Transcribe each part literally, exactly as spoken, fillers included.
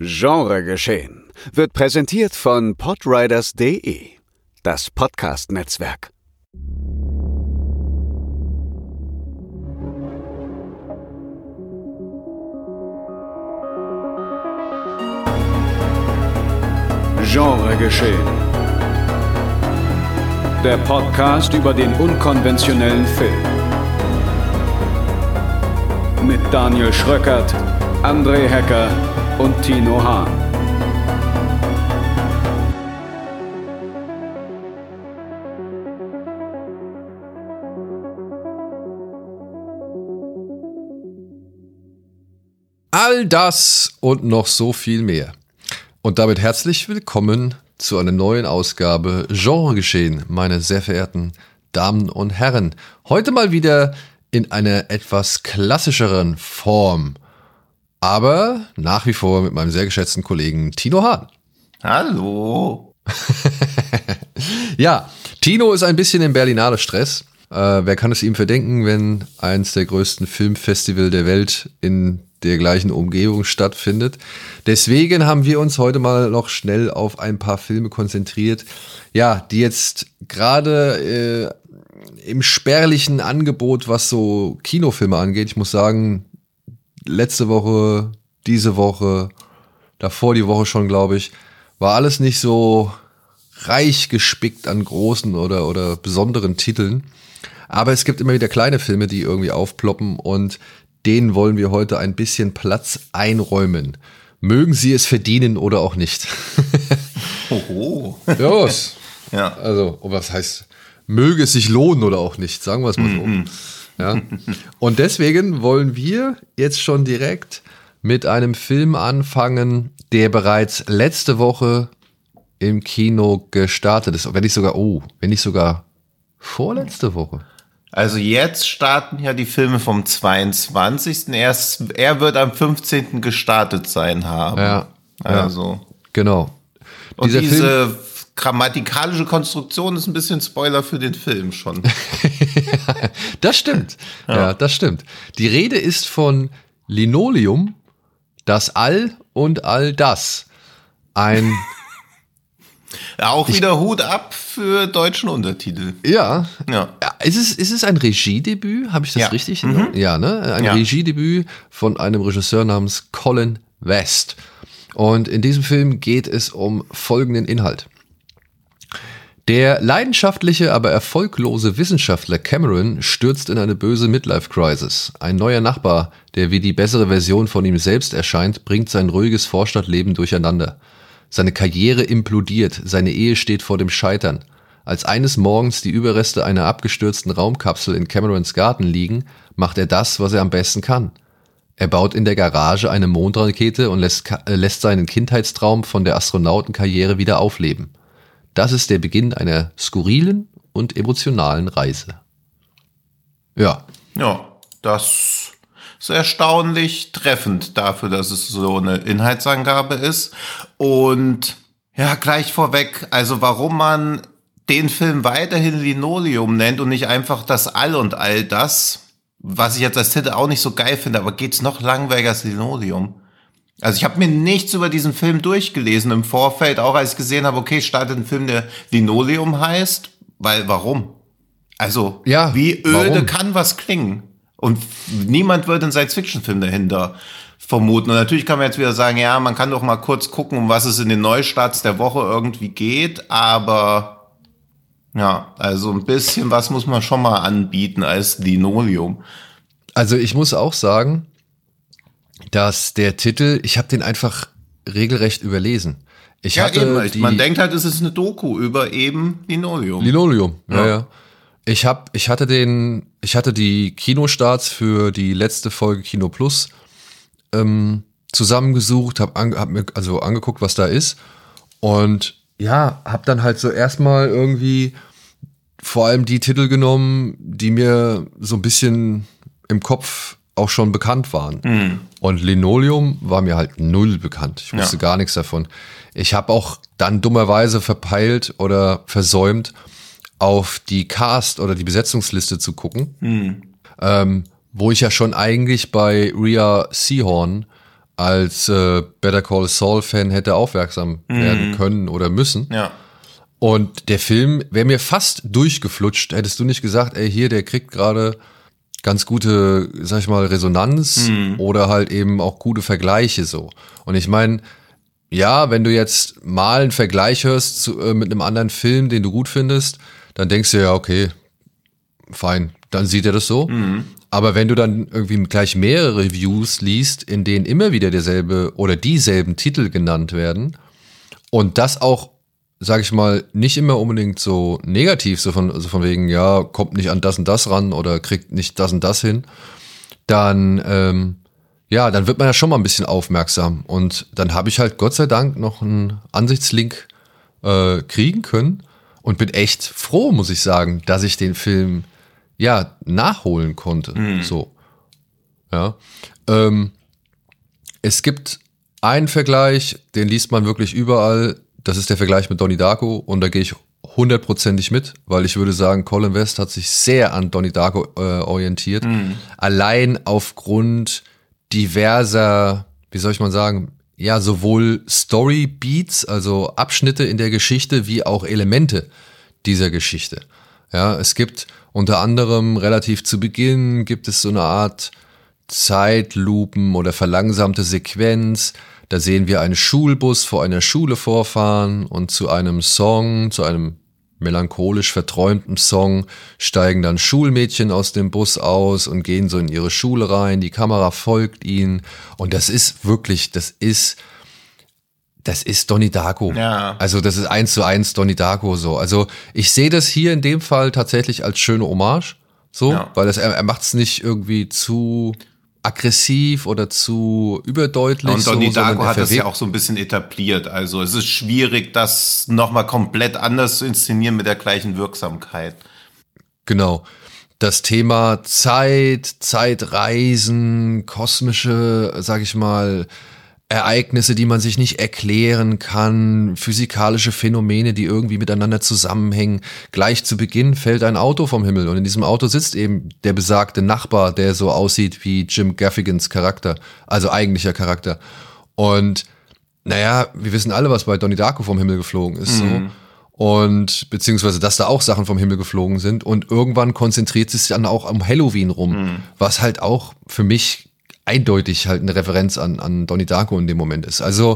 Genregeschehen wird präsentiert von podriders punkt de, das Podcast-Netzwerk. Genregeschehen. Der Podcast über den unkonventionellen Film. Mit Daniel Schröckert, André Hecker und Tino Hahn. All das und noch so viel mehr. Und damit herzlich willkommen zu einer neuen Ausgabe Genregeschehen, meine sehr verehrten Damen und Herren. Heute mal wieder in einer etwas klassischeren Form, aber nach wie vor mit meinem sehr geschätzten Kollegen Tino Hahn. Hallo. Ja, Tino ist ein bisschen im Berlinale Stress. Äh, wer kann es ihm verdenken, wenn eins der größten Filmfestival der Welt in der gleichen Umgebung stattfindet. Deswegen haben wir uns heute mal noch schnell auf ein paar Filme konzentriert, ja, die jetzt gerade äh, im spärlichen Angebot, was so Kinofilme angeht, ich muss sagen, letzte Woche, diese Woche, davor die Woche schon, glaube ich, war alles nicht so reich gespickt an großen oder, oder besonderen Titeln. Aber es gibt immer wieder kleine Filme, die irgendwie aufploppen, und denen wollen wir heute ein bisschen Platz einräumen. Mögen sie es verdienen oder auch nicht. Oho. Los. Ja. Also, was heißt, möge es sich lohnen oder auch nicht, sagen wir es mal so. Mhm. Ja. Und deswegen wollen wir jetzt schon direkt mit einem Film anfangen, der bereits letzte Woche im Kino gestartet ist. Wenn nicht sogar, oh, wenn nicht sogar vorletzte Woche. Also jetzt starten ja die Filme vom zweiundzwanzigsten Er, ist, er wird am fünfzehnten gestartet sein haben. Ja. Also. Ja, genau. Und Dieser diese Film, grammatikalische Konstruktion ist ein bisschen Spoiler für den Film schon. Das stimmt. Ja. ja, das stimmt. Die Rede ist von Linoleum, das All und all das. Ein Ja, auch wieder ich, Hut ab für deutschen Untertitel. Ja. Ja. Ist es, ist es ein Regiedebüt? Habe ich das ja. richtig? Mhm. Ja, ne? Ein ja. Regiedebüt von einem Regisseur namens Colin West. Und in diesem Film geht es um folgenden Inhalt. Der leidenschaftliche, aber erfolglose Wissenschaftler Cameron stürzt in eine böse Midlife-Crisis. Ein neuer Nachbar, der wie die bessere Version von ihm selbst erscheint, bringt sein ruhiges Vorstadtleben durcheinander. Seine Karriere implodiert, seine Ehe steht vor dem Scheitern. Als eines Morgens die Überreste einer abgestürzten Raumkapsel in Camerons Garten liegen, macht er das, was er am besten kann. Er baut in der Garage eine Mondrakete und lässt, äh, lässt seinen Kindheitstraum von der Astronautenkarriere wieder aufleben. Das ist der Beginn einer skurrilen und emotionalen Reise. Ja. Ja, das ist erstaunlich treffend dafür, dass es so eine Inhaltsangabe ist. Und ja, gleich vorweg, also warum man den Film weiterhin Linoleum nennt und nicht einfach das All und all das, was ich jetzt als Titel auch nicht so geil finde, aber geht's noch langweiliger als Linoleum? Also ich habe mir nichts über diesen Film durchgelesen im Vorfeld, auch als ich gesehen habe, okay, startet ein Film, der Linoleum heißt, weil warum? Also ja, wie öde warum? Kann was klingen? Und niemand würde einen Science-Fiction-Film dahinter vermuten. Und natürlich kann man jetzt wieder sagen, ja, man kann doch mal kurz gucken, um was es in den Neustarts der Woche irgendwie geht. Aber ja, also ein bisschen was muss man schon mal anbieten als Linoleum. Also ich muss auch sagen, dass der Titel, ich habe den einfach regelrecht überlesen. Ich ja, hatte eben. die, man denkt halt, es ist eine Doku über eben Linoleum. Linoleum, ja, ja. Ja. Ich hab, ich hatte den, ich hatte die Kinostarts für die letzte Folge Kino Plus ähm, zusammengesucht, hab, an, hab mir also angeguckt, was da ist, und ja, hab dann halt so erstmal irgendwie vor allem die Titel genommen, die mir so ein bisschen im Kopf auch schon bekannt waren. Mhm. Und Linoleum war mir halt null bekannt. Ich wusste ja. gar nichts davon. Ich habe auch dann dummerweise verpeilt oder versäumt, auf die Cast- oder die Besetzungsliste zu gucken, mhm. ähm, wo ich ja schon eigentlich bei Rhea Seehorn als äh, Better Call Saul-Fan hätte aufmerksam mhm. werden können oder müssen. Ja. Und der Film wäre mir fast durchgeflutscht. Hättest du nicht gesagt, ey, hier, der kriegt gerade ganz gute, sag ich mal, Resonanz mhm. oder halt eben auch gute Vergleiche so. Und ich meine, ja, wenn du jetzt mal einen Vergleich hörst zu, äh, mit einem anderen Film, den du gut findest, dann denkst du ja, okay, fein, dann sieht er das so. Mhm. Aber wenn du dann irgendwie gleich mehrere Reviews liest, in denen immer wieder derselbe oder dieselben Titel genannt werden und das auch, sag ich mal, nicht immer unbedingt so negativ, so von, so von wegen, ja, kommt nicht an das und das ran oder kriegt nicht das und das hin, dann, ähm, ja, dann wird man ja schon mal ein bisschen aufmerksam. Und dann habe ich halt Gott sei Dank noch einen Ansichtslink äh, kriegen können und bin echt froh, muss ich sagen, dass ich den Film ja nachholen konnte. Mhm. So. Ja. Ähm, es gibt einen Vergleich, den liest man wirklich überall. Das ist der Vergleich mit Donnie Darko und da gehe ich hundertprozentig mit, weil ich würde sagen, Colin West hat sich sehr an Donnie Darko äh, orientiert. Mhm. Allein aufgrund diverser, wie soll ich mal sagen, ja, sowohl Story-Beats, also Abschnitte in der Geschichte, wie auch Elemente dieser Geschichte. Ja, es gibt unter anderem relativ zu Beginn gibt es so eine Art Zeitlupen oder verlangsamte Sequenz. Da sehen wir einen Schulbus vor einer Schule vorfahren und zu einem Song, zu einem melancholisch verträumten Song steigen dann Schulmädchen aus dem Bus aus und gehen so in ihre Schule rein. Die Kamera folgt ihnen und das ist wirklich, das ist, das ist Donnie Darko. Ja. Also das ist eins zu eins Donnie Darko so. Also ich sehe das hier in dem Fall tatsächlich als schöne Hommage, so, ja. weil das, er, er macht es nicht irgendwie zu aggressiv oder zu überdeutlich. Und Donnie so, Darko hat das ja auch so ein bisschen etabliert. Also es ist schwierig, das nochmal komplett anders zu inszenieren mit der gleichen Wirksamkeit. Genau. Das Thema Zeit, Zeitreisen, kosmische, sag ich mal, Ereignisse, die man sich nicht erklären kann, physikalische Phänomene, die irgendwie miteinander zusammenhängen. Gleich zu Beginn fällt ein Auto vom Himmel und in diesem Auto sitzt eben der besagte Nachbar, der so aussieht wie Jim Gaffigans Charakter, also eigentlicher Charakter. Und naja, wir wissen alle, was bei Donnie Darko vom Himmel geflogen ist. Mhm. So. Und beziehungsweise, dass da auch Sachen vom Himmel geflogen sind. Und irgendwann konzentriert es sich dann auch um Halloween rum, mhm. was halt auch für mich eindeutig halt eine Referenz an, an Donnie Darko in dem Moment ist. Also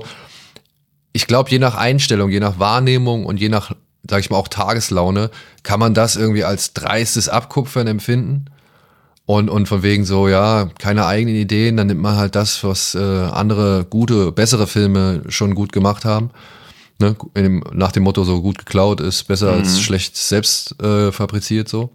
ich glaube, je nach Einstellung, je nach Wahrnehmung und je nach, sag ich mal, auch Tageslaune, kann man das irgendwie als dreistes Abkupfern empfinden. Und, und von wegen so, ja, keine eigenen Ideen, dann nimmt man halt das, was äh, andere gute, bessere Filme schon gut gemacht haben. Ne? In dem, nach dem Motto, so gut geklaut ist besser mhm. als schlecht selbst äh, fabriziert so.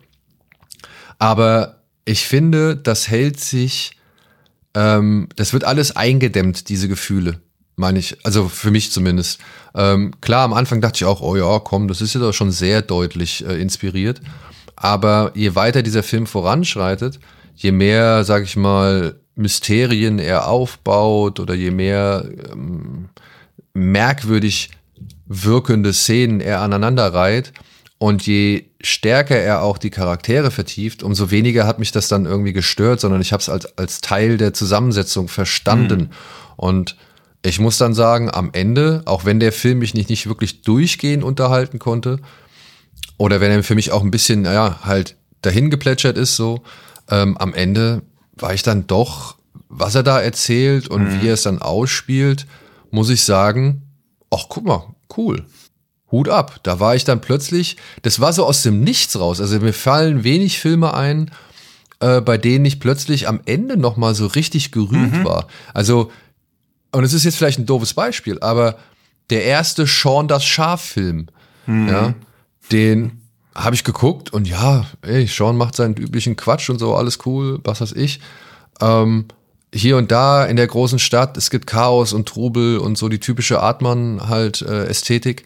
Aber ich finde, das hält sich Ähm, das wird alles eingedämmt, diese Gefühle, meine ich, also für mich zumindest. Ähm, klar, am Anfang dachte ich auch, oh ja, komm, das ist ja doch schon sehr deutlich äh, inspiriert. Aber je weiter dieser Film voranschreitet, je mehr, sag ich mal, Mysterien er aufbaut oder je mehr ähm, merkwürdig wirkende Szenen er aneinander reiht, und je stärker er auch die Charaktere vertieft, umso weniger hat mich das dann irgendwie gestört, sondern ich habe es als, als Teil der Zusammensetzung verstanden. Mhm. Und ich muss dann sagen, am Ende, auch wenn der Film mich nicht, nicht wirklich durchgehend unterhalten konnte, oder wenn er für mich auch ein bisschen, naja, halt dahin geplätschert ist, so, ähm, am Ende war ich dann doch, was er da erzählt und mhm. wie er es dann ausspielt, muss ich sagen, ach, guck mal, cool. Hut ab, da war ich dann plötzlich, das war so aus dem Nichts raus, also mir fallen wenig Filme ein, äh, bei denen ich plötzlich am Ende nochmal so richtig gerührt mhm. war. Also, und es ist jetzt vielleicht ein doofes Beispiel, aber der erste Shaun das Schaf-Film, mhm. ja, den habe ich geguckt und ja, ey, Shaun macht seinen üblichen Quatsch und so, alles cool, was weiß ich. Ähm, hier und da in der großen Stadt, es gibt Chaos und Trubel und so die typische Artmann halt äh, Ästhetik.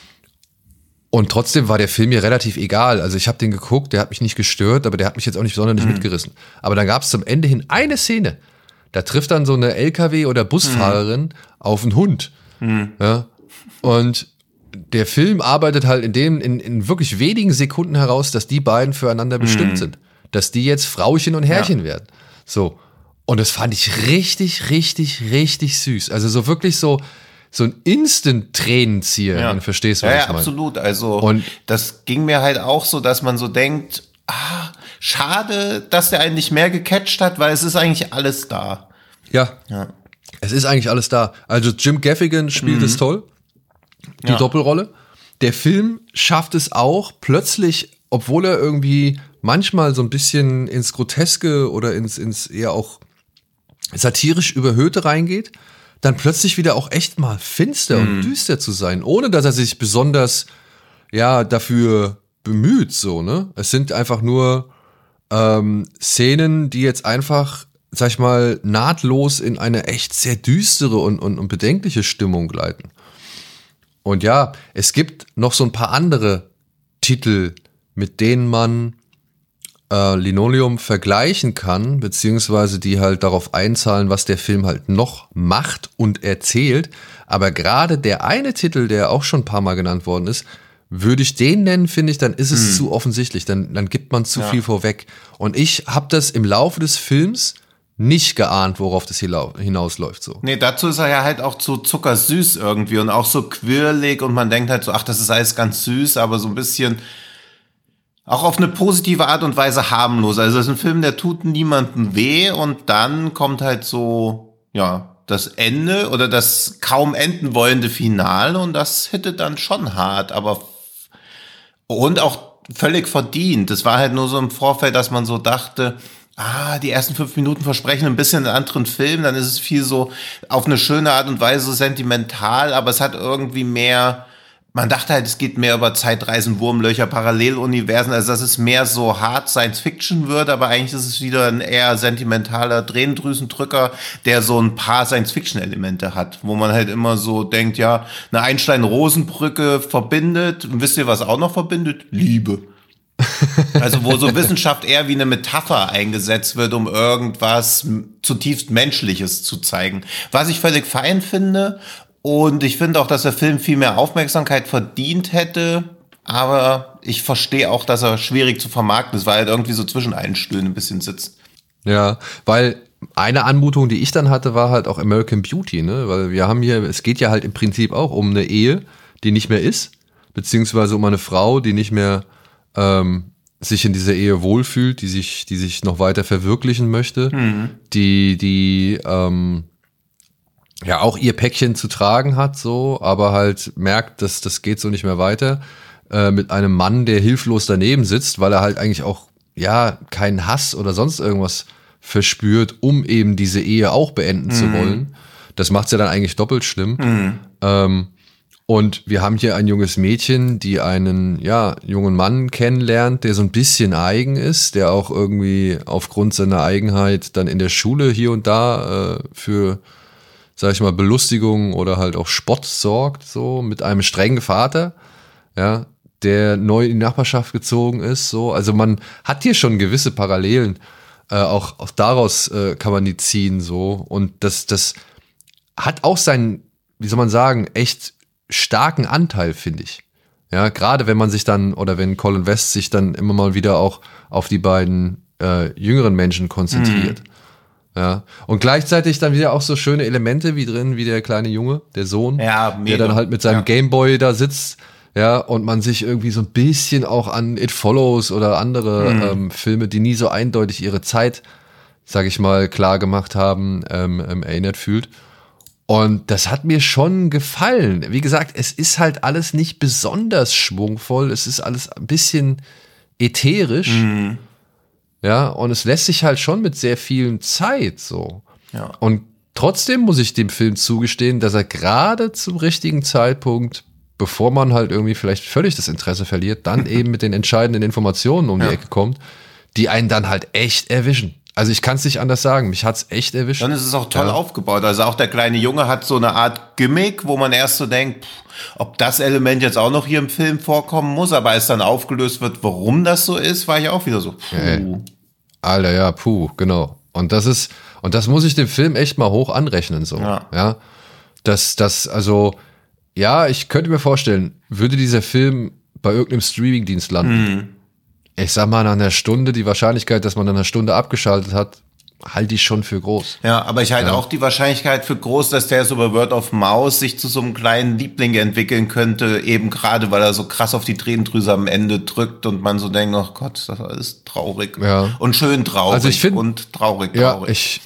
Und trotzdem war der Film mir relativ egal. Also ich habe den geguckt, der hat mich nicht gestört, aber der hat mich jetzt auch nicht sonderlich mhm. mitgerissen. Aber dann gab es zum Ende hin eine Szene. Da trifft dann so eine L K W- oder Busfahrerin mhm. auf einen Hund. Mhm. Ja? Und der Film arbeitet halt in dem in, in wirklich wenigen Sekunden heraus, dass die beiden füreinander bestimmt mhm. sind. Dass die jetzt Frauchen und Herrchen ja. werden. So. Und das fand ich richtig, richtig, richtig süß. Also so wirklich so, so ein Instant-Tränenzieher, Ja. wenn du verstehst, was Ja, ich ja, meine. absolut. Also Und- das ging mir halt auch so, dass man so denkt, ah, schade, dass der einen nicht mehr gecatcht hat, weil es ist eigentlich alles da. Ja, Ja. es ist eigentlich alles da. Also Jim Gaffigan spielt es toll, die Ja. Doppelrolle. Der Film schafft es auch plötzlich, obwohl er irgendwie manchmal so ein bisschen ins Groteske oder ins, ins eher auch satirisch Überhöhte reingeht, dann plötzlich wieder auch echt mal finster und düster zu sein, ohne dass er sich besonders ja dafür bemüht, so, ne? Es sind einfach nur ähm, Szenen, die jetzt einfach, sag ich mal, nahtlos in eine echt sehr düstere und, und, und bedenkliche Stimmung gleiten. Und ja, es gibt noch so ein paar andere Titel, mit denen man äh, Linoleum vergleichen kann, beziehungsweise die halt darauf einzahlen, was der Film halt noch macht und erzählt. Aber gerade der eine Titel, der auch schon ein paar Mal genannt worden ist, würde ich den nennen, finde ich, dann ist es hm. zu offensichtlich, dann, dann gibt man zu ja. viel vorweg. Und ich habe das im Laufe des Films nicht geahnt, worauf das hinausläuft. So. Nee, dazu ist er ja halt auch zu zuckersüß irgendwie und auch so quirlig und man denkt halt so, ach, das ist alles ganz süß, aber so ein bisschen auch auf eine positive Art und Weise harmlos. Also das ist ein Film, der tut niemandem weh und dann kommt halt so, ja, das Ende oder das kaum enden wollende Finale und das hittet dann schon hart, aber und auch völlig verdient. Das war halt nur so im Vorfeld, dass man so dachte, ah, die ersten fünf Minuten versprechen ein bisschen einen anderen Film, dann ist es viel so auf eine schöne Art und Weise sentimental, aber es hat irgendwie mehr, man dachte halt, es geht mehr über Zeitreisen, Wurmlöcher, Paralleluniversen, also dass es mehr so hart Science-Fiction wird, aber eigentlich ist es wieder ein eher sentimentaler Tränendrüsendrücker, der so ein paar Science-Fiction-Elemente hat, wo man halt immer so denkt, ja, eine Einstein-Rosen-Brücke verbindet, und wisst ihr, was auch noch verbindet? Liebe. Also wo so Wissenschaft eher wie eine Metapher eingesetzt wird, um irgendwas zutiefst Menschliches zu zeigen. Was ich völlig fein finde und ich finde auch, dass der Film viel mehr Aufmerksamkeit verdient hätte, aber ich verstehe auch, dass er schwierig zu vermarkten ist, weil er halt irgendwie so zwischen allen Stühlen ein bisschen sitzt. Ja, weil eine Anmutung, die ich dann hatte, war halt auch American Beauty, ne? Weil wir haben hier, es geht ja halt im Prinzip auch um eine Ehe, die nicht mehr ist, beziehungsweise um eine Frau, die nicht mehr ähm, sich in dieser Ehe wohlfühlt, die sich, die sich noch weiter verwirklichen möchte, mhm. die, die ähm, ja auch ihr Päckchen zu tragen hat, so, aber halt merkt, dass das geht so nicht mehr weiter, äh, mit einem Mann, der hilflos daneben sitzt, weil er halt eigentlich auch ja keinen Hass oder sonst irgendwas verspürt, um eben diese Ehe auch beenden mhm. zu wollen. Das macht's ja dann eigentlich doppelt schlimm. Mhm. Ähm, Und wir haben hier ein junges Mädchen, die einen ja jungen Mann kennenlernt, der so ein bisschen eigen ist, der auch irgendwie aufgrund seiner Eigenheit dann in der Schule hier und da äh, für, sag ich mal, Belustigung oder halt auch Spott sorgt, so mit einem strengen Vater, ja, der neu in die Nachbarschaft gezogen ist. So, also man hat hier schon gewisse Parallelen, äh, auch, auch daraus äh, kann man die ziehen, so. Und das, das hat auch seinen, wie soll man sagen, echt starken Anteil, finde ich. Ja, gerade wenn man sich dann, oder wenn Colin West sich dann immer mal wieder auch auf die beiden äh, jüngeren Menschen konzentriert. Mhm. Ja. Und gleichzeitig dann wieder auch so schöne Elemente wie drin, wie der kleine Junge, der Sohn, ja, mega. der dann halt mit seinem ja. Gameboy da sitzt, ja, und man sich irgendwie so ein bisschen auch an It Follows oder andere mhm. ähm, Filme, die nie so eindeutig ihre Zeit, sag ich mal, klar gemacht haben, ähm, ähm, erinnert fühlt. Und das hat mir schon gefallen. Wie gesagt, es ist halt alles nicht besonders schwungvoll. Es ist alles ein bisschen ätherisch. Mhm. Ja, und es lässt sich halt schon mit sehr viel Zeit so. Ja. Und trotzdem muss ich dem Film zugestehen, dass er gerade zum richtigen Zeitpunkt, bevor man halt irgendwie vielleicht völlig das Interesse verliert, dann eben mit den entscheidenden Informationen um ja. die Ecke kommt, die einen dann halt echt erwischen. Also ich kann es nicht anders sagen, mich hat's echt erwischt. Dann ist es auch toll ja. aufgebaut. Also auch der kleine Junge hat so eine Art Gimmick, wo man erst so denkt, pff, ob das Element jetzt auch noch hier im Film vorkommen muss, aber als dann aufgelöst wird, warum das so ist, war ich auch wieder so, puh. Ja, Alter, ja, puh, genau. Und das ist, und das muss ich dem Film echt mal hoch anrechnen, so. Ja. ja? Das, das, also, ja, ich könnte mir vorstellen, würde dieser Film bei irgendeinem Streamingdienst landen, mhm. ich sag mal, nach einer Stunde, die Wahrscheinlichkeit, dass man nach einer Stunde abgeschaltet hat, halte ich schon für groß. Ja, aber ich halte Ja. auch die Wahrscheinlichkeit für groß, dass der so über Word of Mouth sich zu so einem kleinen Liebling entwickeln könnte, eben gerade, weil er so krass auf die Tränendrüse am Ende drückt und man so denkt, oh Gott, das ist traurig. Ja. Und schön traurig Also ich find, und traurig, ja, traurig. ich,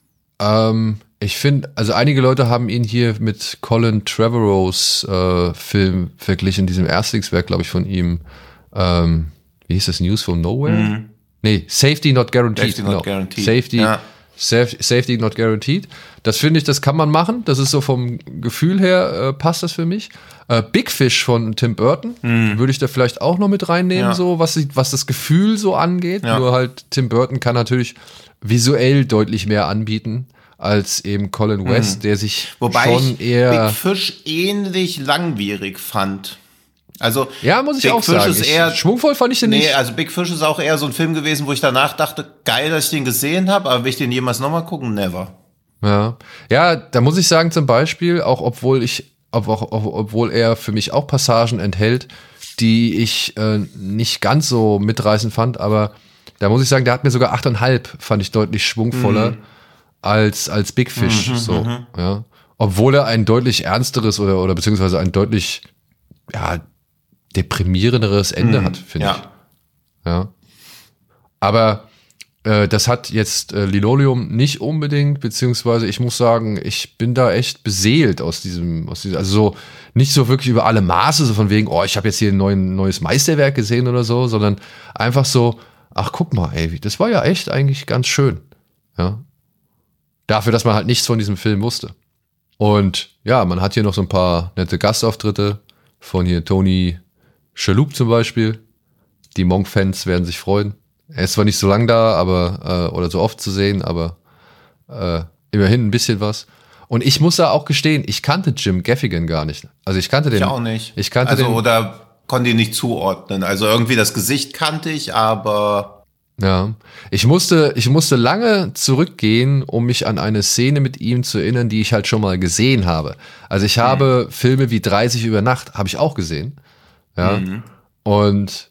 ähm, ich finde, also einige Leute haben ihn hier mit Colin Trevorrows äh, Film verglichen, diesem Erstlingswerk, glaube ich, von ihm. Ähm, wie hieß das? News from Nowhere? Mhm. Nee, Safety Not Guaranteed. Safety Not Guaranteed. Safety, Ja. Saf- Safety Not Guaranteed. Das finde ich, das kann man machen. Das ist so vom Gefühl her, äh, passt das für mich. Äh, Big Fish von Tim Burton Mhm. würde ich da vielleicht auch noch mit reinnehmen, Ja. so was, was das Gefühl so angeht. Ja. Nur halt Tim Burton kann natürlich visuell deutlich mehr anbieten als eben Colin West, der sich Wobei schon ich eher... Big Fish ähnlich langwierig fand. Also Ja, muss ich Big auch Fish sagen. ist Ich, eher, schwungvoll fand ich den nee, nicht. also Big Fish ist auch eher so ein Film gewesen, wo ich danach dachte, geil, dass ich den gesehen habe, aber will ich den jemals nochmal gucken? Never. Ja, ja, da muss ich sagen zum Beispiel, auch obwohl ich, ob, auch, ob, obwohl er für mich auch Passagen enthält, die ich äh, nicht ganz so mitreißend fand, aber da muss ich sagen, der hat mir sogar achteinhalb, fand ich deutlich schwungvoller Mhm. als, als Big Fish, Mhm, so, mhm. ja. Obwohl er ein deutlich ernsteres oder, oder beziehungsweise ein deutlich, ja, deprimierenderes Ende Mhm, hat, finde ja. ich. Ja. Aber äh, das hat jetzt äh, Linoleum nicht unbedingt, beziehungsweise ich muss sagen, ich bin da echt beseelt aus diesem, aus diesem, also so nicht so wirklich über alle Maße, so von wegen, oh, ich habe jetzt hier ein neuen, neues Meisterwerk gesehen oder so, sondern einfach so, ach guck mal, ey, das war ja echt eigentlich ganz schön. Ja. Dafür, dass man halt nichts von diesem Film wusste. Und ja, man hat hier noch so ein paar nette Gastauftritte von hier Tony Shalhoub zum Beispiel. Die Monk-Fans werden sich freuen. Er ist zwar nicht so lang da, aber äh, oder so oft zu sehen, aber äh, immerhin ein bisschen was. Und ich muss da auch gestehen, ich kannte Jim Gaffigan gar nicht. Also ich kannte den. Ich auch nicht. Ich kannte also, den. Oder konnte ihn nicht zuordnen. Also irgendwie das Gesicht kannte ich, aber Ja, ich musste, ich musste lange zurückgehen, um mich an eine Szene mit ihm zu erinnern, die ich halt schon mal gesehen habe. Also ich habe mhm. Filme wie dreißig über Nacht, habe ich auch gesehen. Ja, mhm. Und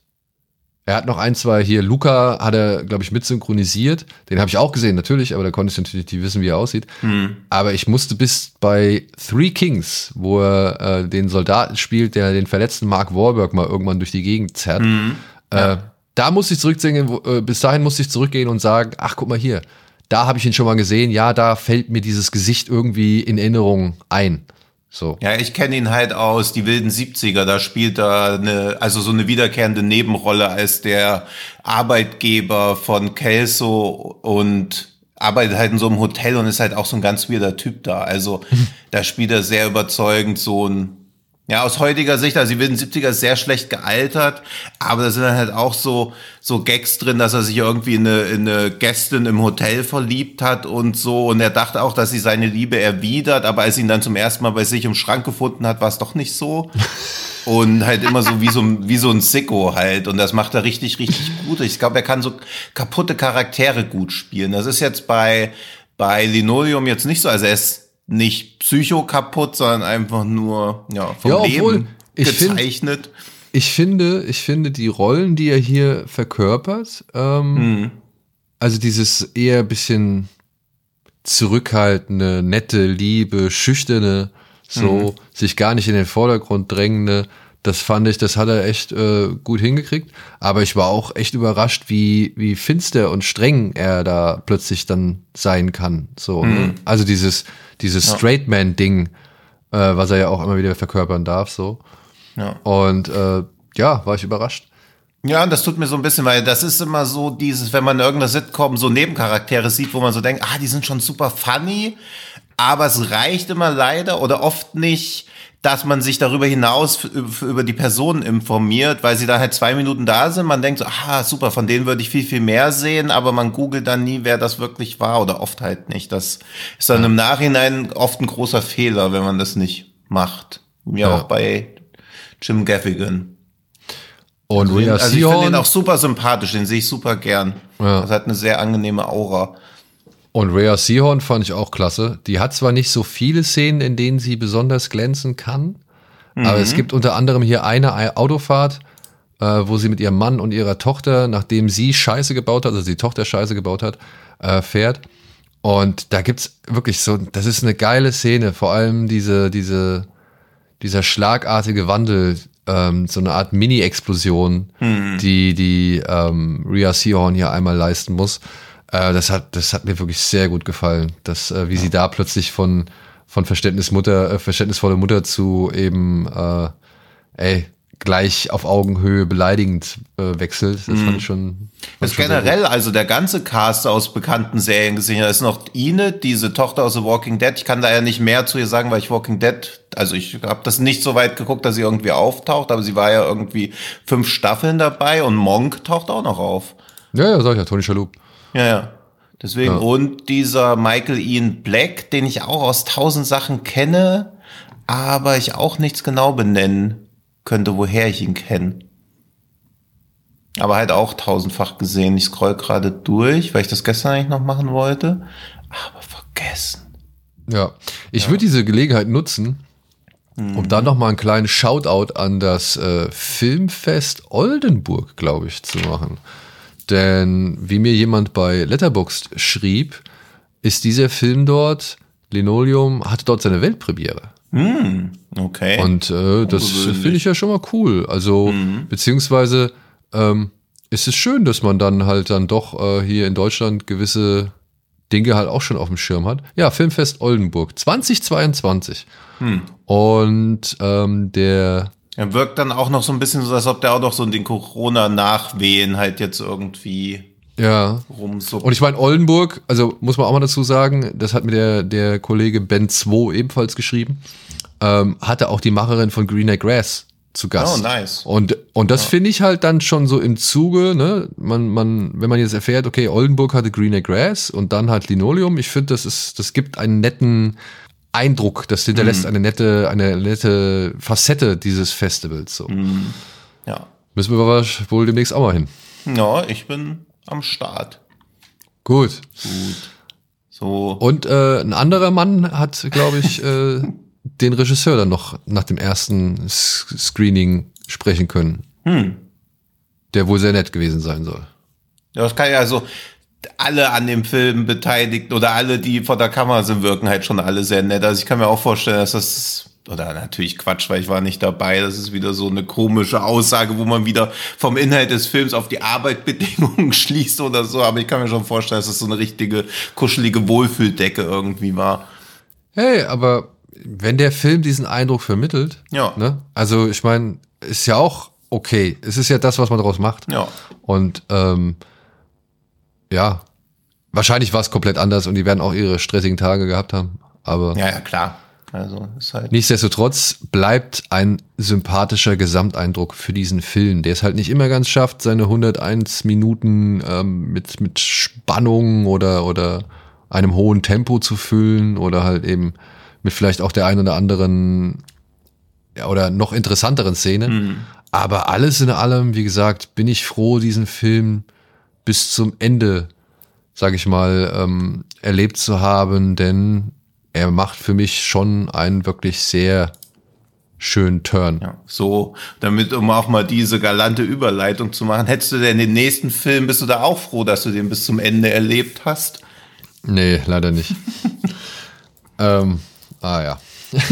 er hat noch ein, zwei hier, Luca hat er, glaube ich, mit synchronisiert. Den habe ich auch gesehen, natürlich, aber da konnte ich natürlich nicht wissen, wie er aussieht. Mhm. Aber ich musste bis bei Three Kings, wo er äh, den Soldaten spielt, der den verletzten Mark Wahlberg mal irgendwann durch die Gegend zerrt. Mhm. Ja. Äh, da musste ich zurückgehen, wo, äh, bis dahin musste ich zurückgehen und sagen, ach, guck mal hier, da habe ich ihn schon mal gesehen. Ja, da fällt mir dieses Gesicht irgendwie in Erinnerung ein. So. Ja, ich kenne ihn halt aus die wilden siebziger, da spielt er eine, also so eine wiederkehrende Nebenrolle als der Arbeitgeber von Kelso und arbeitet halt in so einem Hotel und ist halt auch so ein ganz weirder Typ da. Also da spielt er sehr überzeugend so ein, ja, aus heutiger Sicht, also die wilden siebziger ist sehr schlecht gealtert, aber da sind dann halt auch so so Gags drin, dass er sich irgendwie in eine, in eine Gästin im Hotel verliebt hat und so, und er dachte auch, dass sie seine Liebe erwidert, aber als sie ihn dann zum ersten Mal bei sich im Schrank gefunden hat, war es doch nicht so. Und halt immer so wie so, wie so ein Sicko halt, und das macht er richtig, richtig gut. Ich glaube, er kann so kaputte Charaktere gut spielen. Das ist jetzt bei bei Linoleum jetzt nicht so, also er ist nicht psycho kaputt, sondern einfach nur ja, vom ja, Leben ich gezeichnet. Find, ich finde, ich finde die Rollen, die er hier verkörpert, ähm, mhm. also dieses eher ein bisschen zurückhaltende, nette, liebe, schüchterne, so mhm. sich gar nicht in den Vordergrund drängende, das fand ich, das hat er echt äh, gut hingekriegt. Aber ich war auch echt überrascht, wie wie finster und streng er da plötzlich dann sein kann. So, mhm. ne? Also dieses dieses ja. Straight Man Ding, äh, was er ja auch immer wieder verkörpern darf. So. Ja. Und äh, ja, war ich überrascht. Ja, das tut mir so ein bisschen, weil das ist immer so dieses, wenn man in irgendeiner Sitcom so Nebencharaktere sieht, wo man so denkt, ah, die sind schon super funny, aber es reicht immer leider oder oft nicht, dass man sich darüber hinaus für, über die Personen informiert, weil sie dann halt zwei Minuten da sind. Man denkt so, ah, super, von denen würde ich viel, viel mehr sehen, aber man googelt dann nie, wer das wirklich war, oder oft halt nicht. Das ist dann ja. im Nachhinein oft ein großer Fehler, wenn man das nicht macht. Ja, ja. auch bei Jim Gaffigan. Und also, Rhea also ich finde den auch super sympathisch, den sehe ich super gern. Ja. Das hat eine sehr angenehme Aura. Und Rhea Seehorn fand ich auch klasse. Die hat zwar nicht so viele Szenen, in denen sie besonders glänzen kann, mhm. aber es gibt unter anderem hier eine Autofahrt, äh, wo sie mit ihrem Mann und ihrer Tochter, nachdem sie Scheiße gebaut hat, also die Tochter Scheiße gebaut hat, äh, fährt. Und da gibt's wirklich so, das ist eine geile Szene, vor allem diese, diese, dieser schlagartige Wandel, ähm, so eine Art Mini-Explosion, hm. die die ähm, Rhea Seehorn hier einmal leisten muss. Äh, das hat, das hat mir wirklich sehr gut gefallen, dass äh, wie ja. sie da plötzlich von von Verständnismutter, äh, verständnisvolle Mutter zu eben, äh, ey, gleich auf Augenhöhe beleidigend äh, wechselt. Das mm. fand ich schon. Das ist generell, also der ganze Cast aus bekannten Serien gesehen. Da ist noch Enid, diese Tochter aus The Walking Dead. Ich kann da ja nicht mehr zu ihr sagen, weil ich Walking Dead, also ich habe das nicht so weit geguckt, dass sie irgendwie auftaucht, aber sie war ja irgendwie fünf Staffeln dabei und Monk taucht auch noch auf. Ja, ja, sag ich ja, Tony Shalhoub. Ja, ja. Deswegen, ja. Und dieser Michael Ian Black, den ich auch aus tausend Sachen kenne, aber ich auch nichts genau benennen könnte, woher ich ihn kenne. Aber halt auch tausendfach gesehen. Ich scroll gerade durch, weil ich das gestern eigentlich noch machen wollte, aber vergessen. Ja, ich ja. würde diese Gelegenheit nutzen, mhm. um dann noch mal einen kleinen Shoutout an das äh, Filmfest Oldenburg, glaube ich, zu machen. Denn wie mir jemand bei Letterboxd schrieb, ist dieser Film dort, Linoleum, hatte dort seine Weltpremiere. Mm, okay. Und äh, das finde ich ja schon mal cool. Also, mhm. beziehungsweise ähm, ist es schön, dass man dann halt dann doch äh, hier in Deutschland gewisse Dinge halt auch schon auf dem Schirm hat. Ja, Filmfest Oldenburg zweitausendzweiundzwanzig. Hm. Und ähm, der Er wirkt dann auch noch so ein bisschen so, als ob der auch noch so in den Corona-Nachwehen halt jetzt irgendwie ja. rumsuppt. Und ich meine, Oldenburg, also muss man auch mal dazu sagen, das hat mir der, der Kollege Ben zwei ebenfalls geschrieben, ähm, hatte auch die Macherin von Greener Grass zu Gast. Oh, nice. Und, und das ja. finde ich halt dann schon so im Zuge, ne, man, man, wenn man jetzt erfährt, okay, Oldenburg hatte Greener Grass und dann halt Linoleum, ich finde, das ist, das gibt einen netten Eindruck, das hinterlässt mhm. eine nette, eine nette Facette dieses Festivals. So. Mhm. Ja. Müssen wir aber wohl demnächst auch mal hin. Ja, ich bin am Start. Gut. Gut. So. Und äh, ein anderer Mann hat, glaube ich, äh, den Regisseur dann noch nach dem ersten S- Screening sprechen können. Hm. Der wohl sehr nett gewesen sein soll. Ja, das kann ja also alle an dem Film beteiligt oder alle, die vor der Kamera sind, wirken halt schon alle sehr nett. Also ich kann mir auch vorstellen, dass das, oder natürlich Quatsch, weil ich war nicht dabei, das ist wieder so eine komische Aussage, wo man wieder vom Inhalt des Films auf die Arbeitsbedingungen schließt oder so. Aber ich kann mir schon vorstellen, dass das so eine richtige kuschelige Wohlfühldecke irgendwie war. Hey, aber wenn der Film diesen Eindruck vermittelt, ja. ne? Also ich meine, ist ja auch okay. Es ist ja das, was man daraus macht. Ja. Und ähm, ja, wahrscheinlich war es komplett anders und die werden auch ihre stressigen Tage gehabt haben. Aber ja, ja, klar. Also ist halt nichtsdestotrotz bleibt ein sympathischer Gesamteindruck für diesen Film, der es halt nicht immer ganz schafft, seine hunderteins Minuten ähm, mit mit Spannung oder oder einem hohen Tempo zu füllen oder halt eben mit vielleicht auch der einen oder anderen ja, oder noch interessanteren Szene. Mhm. Aber alles in allem, wie gesagt, bin ich froh, diesen Film bis zum Ende, sag ich mal, ähm, erlebt zu haben, denn er macht für mich schon einen wirklich sehr schönen Turn. Ja, so, damit, um auch mal diese galante Überleitung zu machen, hättest du denn den nächsten Film, bist du da auch froh, dass du den bis zum Ende erlebt hast? Nee, leider nicht. ähm, ah ja.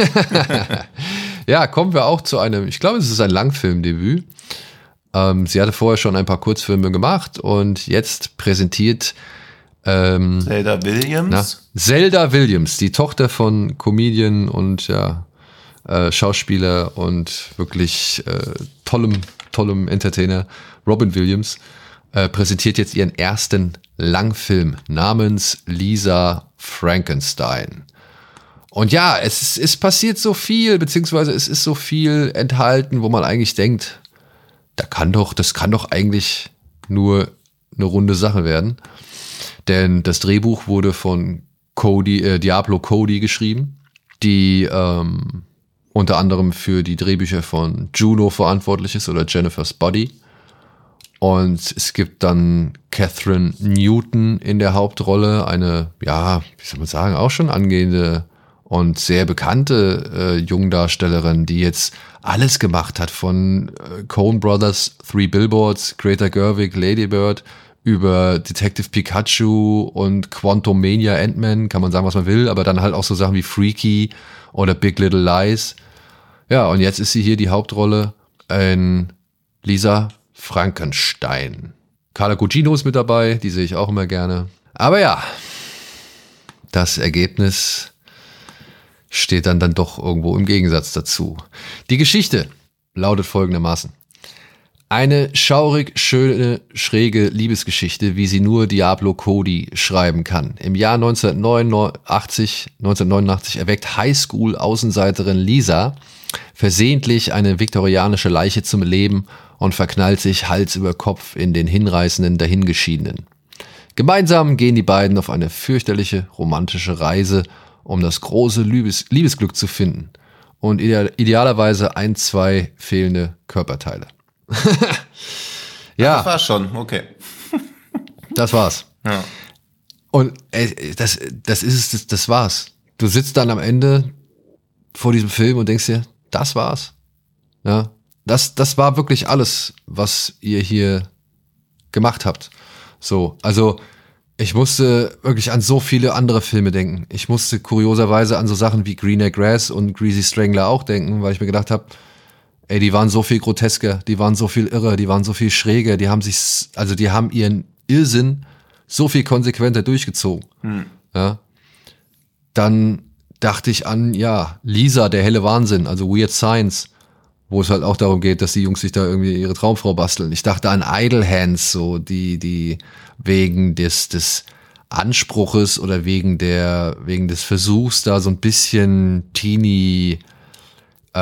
Ja, kommen wir auch zu einem, ich glaube, es ist ein Langfilmdebüt. Ähm, sie hatte vorher schon ein paar Kurzfilme gemacht und jetzt präsentiert ähm, Zelda Williams. Na, Zelda Williams, die Tochter von Comedian und ja, äh, Schauspieler und wirklich äh, tollem, tollem Entertainer Robin Williams, äh, präsentiert jetzt ihren ersten Langfilm namens Lisa Frankenstein. Und ja, es ist, es passiert so viel, beziehungsweise es ist so viel enthalten, wo man eigentlich denkt, da kann doch, das kann doch eigentlich nur eine runde Sache werden. Denn das Drehbuch wurde von Cody, äh, Diablo Cody geschrieben, die ähm, unter anderem für die Drehbücher von Juno verantwortlich ist oder Jennifer's Body. Und es gibt dann Catherine Newton in der Hauptrolle, eine, ja, wie soll man sagen, auch schon angehende und sehr bekannte äh, Jungdarstellerin, die jetzt alles gemacht hat, von äh, Coen Brothers, Three Billboards, Greta Gerwig, Lady Bird, über Detective Pikachu und Quantumania, Ant-Man, kann man sagen, was man will, aber dann halt auch so Sachen wie Freaky oder Big Little Lies. Ja, und jetzt ist sie hier die Hauptrolle in Lisa Frankenstein. Carla Gugino ist mit dabei, die sehe ich auch immer gerne. Aber ja, das Ergebnis steht dann dann doch irgendwo im Gegensatz dazu. Die Geschichte lautet folgendermaßen. Eine schaurig schöne, schräge Liebesgeschichte, wie sie nur Diablo Cody schreiben kann. Im Jahr neunzehnhundertneunundachtzig, neunzehnhundertneunundachtzig erweckt Highschool-Außenseiterin Lisa versehentlich eine viktorianische Leiche zum Leben und verknallt sich Hals über Kopf in den hinreißenden Dahingeschiedenen. Gemeinsam gehen die beiden auf eine fürchterliche romantische Reise, um das große Liebes- Liebesglück zu finden und ideal- idealerweise ein, zwei fehlende Körperteile. Ja. Das war's schon, okay. Das war's. Ja. Und ey, das, das ist es, das, das war's. Du sitzt dann am Ende vor diesem Film und denkst dir, das war's. Ja, das, das war wirklich alles, was ihr hier gemacht habt. So, also ich musste wirklich an so viele andere Filme denken. Ich musste kurioserweise an so Sachen wie Greener Grass und Greasy Strangler auch denken, weil ich mir gedacht habe, ey, die waren so viel grotesker, die waren so viel irrer, die waren so viel schräger, die haben sich, also die haben ihren Irrsinn so viel konsequenter durchgezogen. Hm. Ja. Dann dachte ich an, ja, Lisa, der helle Wahnsinn, also Weird Science, wo es halt auch darum geht, dass die Jungs sich da irgendwie ihre Traumfrau basteln. Ich dachte an Idle Hands, so die, die wegen des, des Anspruches oder wegen der, wegen des Versuchs, da so ein bisschen Teenie äh,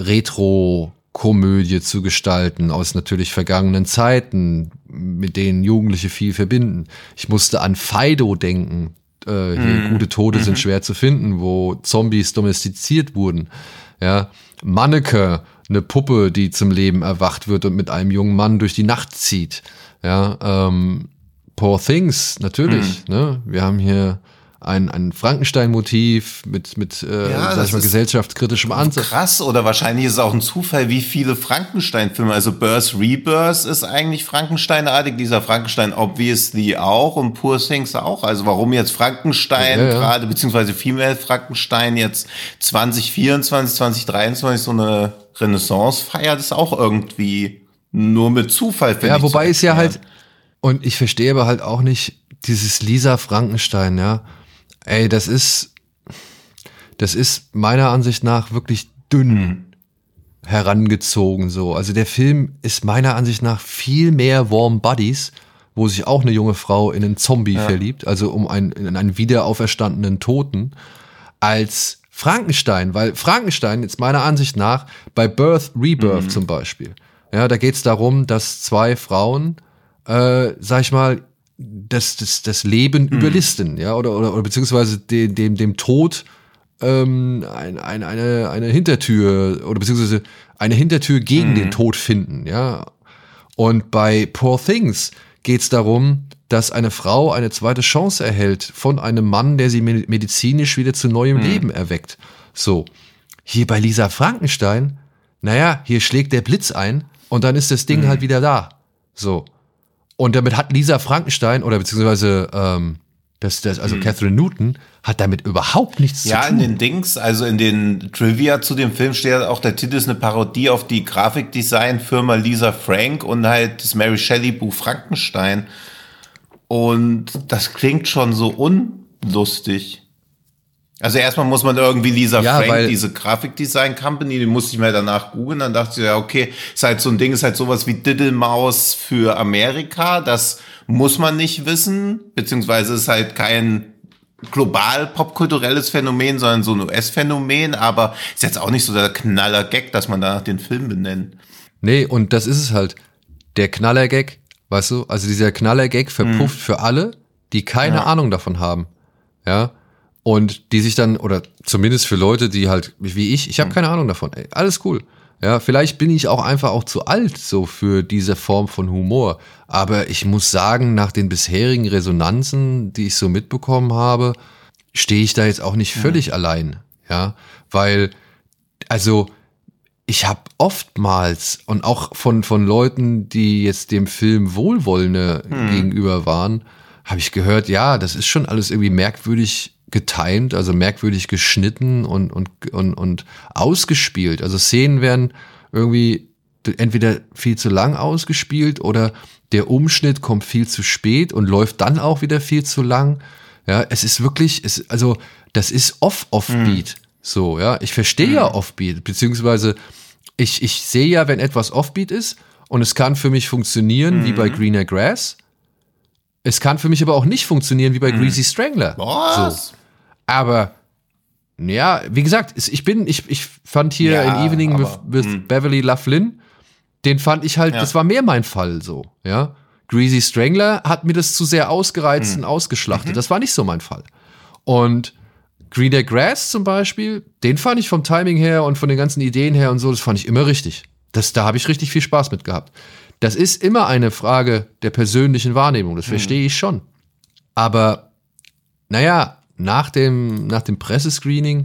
Retro-Komödie zu gestalten aus natürlich vergangenen Zeiten, mit denen Jugendliche viel verbinden. Ich musste an Fido denken. Äh, hier, mm. Gute Tode mm-hmm. sind schwer zu finden, wo Zombies domestiziert wurden. Ja, Manneke, eine Puppe, die zum Leben erwacht wird und mit einem jungen Mann durch die Nacht zieht. Ja, ähm, Poor Things, natürlich. Mm. Ne? Wir haben hier ein, ein Frankenstein-Motiv mit, mit äh, ja, sag ich mal, gesellschaftskritischem Ansatz. Krass, oder wahrscheinlich ist es auch ein Zufall, wie viele Frankenstein-Filme, also Birth Rebirth ist eigentlich Frankenstein-artig, dieser Frankenstein obviously auch und Poor Things auch. Also warum jetzt Frankenstein ja, ja. gerade, beziehungsweise Female Frankenstein jetzt zwanzig vierundzwanzig, zwanzig dreiundzwanzig so eine Renaissance feiert, ist auch irgendwie nur mit Zufall, finde ich. Ja, wobei es ja halt, und ich verstehe aber halt auch nicht dieses Lisa Frankenstein, ja. Ey, das ist, das ist meiner Ansicht nach wirklich dünn herangezogen, so. Also der Film ist meiner Ansicht nach viel mehr Warm Bodies, wo sich auch eine junge Frau in einen Zombie ja. verliebt, also um einen, in einen wiederauferstandenen Toten, als Frankenstein, weil Frankenstein jetzt meiner Ansicht nach bei Birth Rebirth mhm. zum Beispiel, ja, da geht's darum, dass zwei Frauen, äh, sag ich mal, das, das, das Leben mhm. überlisten, ja, oder, oder, oder beziehungsweise dem, dem, dem Tod ähm, ein, ein, eine, eine Hintertür oder beziehungsweise eine Hintertür gegen mhm. den Tod finden, ja. Und bei Poor Things geht's darum, dass eine Frau eine zweite Chance erhält von einem Mann, der sie medizinisch wieder zu neuem mhm. Leben erweckt. So, hier bei Lisa Frankenstein, naja, hier schlägt der Blitz ein und dann ist das Ding mhm. halt wieder da. So. Und damit hat Lisa Frankenstein oder beziehungsweise ähm, das, das, also hm. Catherine Newton hat damit überhaupt nichts ja, zu tun. Ja, in den Dings, also in den Trivia zu dem Film steht auch, der Titel ist eine Parodie auf die Grafikdesign-Firma Lisa Frank und halt das Mary Shelley Buch Frankenstein. Und das klingt schon so unlustig. Also erstmal muss man irgendwie Lisa ja, Frank, diese Grafikdesign Company, die musste ich mir danach googeln, dann dachte ich, ja, okay, ist halt so ein Ding, ist halt sowas wie Diddlemaus für Amerika, das muss man nicht wissen, beziehungsweise ist halt kein global popkulturelles Phänomen, sondern so ein U S-Phänomen, aber ist jetzt auch nicht so der Knaller-Gag, dass man danach den Film benennt. Nee, und das ist es halt, der Knaller-Gag, weißt du, also dieser Knaller-Gag verpufft hm. für alle, die keine ja. Ahnung davon haben, ja. Und die sich dann, oder zumindest für Leute, die halt, wie ich, ich habe keine Ahnung davon, ey, alles cool. Ja, vielleicht bin ich auch einfach auch zu alt so für diese Form von Humor. Aber ich muss sagen, nach den bisherigen Resonanzen, die ich so mitbekommen habe, stehe ich da jetzt auch nicht völlig ja. allein Ja, weil, also, ich habe oftmals und auch von, von Leuten, die jetzt dem Film wohlwollender hm. gegenüber waren, habe ich gehört, ja, das ist schon alles irgendwie merkwürdig getimed, also merkwürdig geschnitten und, und, und, und ausgespielt. Also Szenen werden irgendwie entweder viel zu lang ausgespielt oder der Umschnitt kommt viel zu spät und läuft dann auch wieder viel zu lang. Ja, es ist wirklich, es, also das ist off-off-Beat. Hm. So, ja, ich verstehe hm. ja Offbeat, beziehungsweise ich, ich sehe ja, wenn etwas Offbeat ist und es kann für mich funktionieren, hm. wie bei Greener Grass. Es kann für mich aber auch nicht funktionieren, wie bei hm. Greasy Strangler. Was? So. Aber, ja, wie gesagt, ich bin, ich, ich fand hier ja, in Evening aber, with, with hm. Beverly Loughlin, den fand ich halt, ja. das war mehr mein Fall so, ja. Greasy Strangler hat mir das zu sehr ausgereizt hm. und ausgeschlachtet. Mhm. Das war nicht so mein Fall. Und Greener Grass zum Beispiel, den fand ich vom Timing her und von den ganzen Ideen her und so, das fand ich immer richtig. Das, da habe ich richtig viel Spaß mit gehabt. Das ist immer eine Frage der persönlichen Wahrnehmung, das verstehe mhm. ich schon. Aber, naja, nach dem, nach dem Pressescreening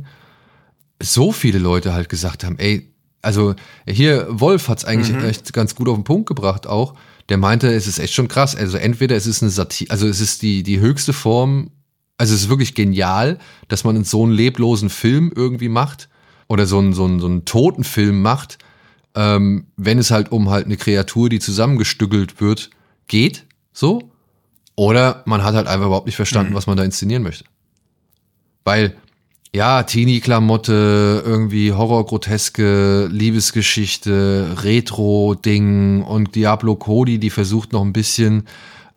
so viele Leute halt gesagt haben, ey, also hier, Wolf hat es eigentlich mhm. echt ganz gut auf den Punkt gebracht auch. Der meinte, es ist echt schon krass. Also entweder es ist eine Satire, also es ist die, die höchste Form. Also es ist wirklich genial, dass man so einen leblosen Film irgendwie macht oder so einen, so einen, so einen toten Film macht, ähm, wenn es halt um halt eine Kreatur, die zusammengestückelt wird, geht, so. Oder man hat halt einfach überhaupt nicht verstanden, mhm. was man da inszenieren möchte. Weil, ja, Teenie-Klamotte, irgendwie Horror-Groteske, Liebesgeschichte, Retro-Ding und Diablo Cody, die versucht noch ein bisschen,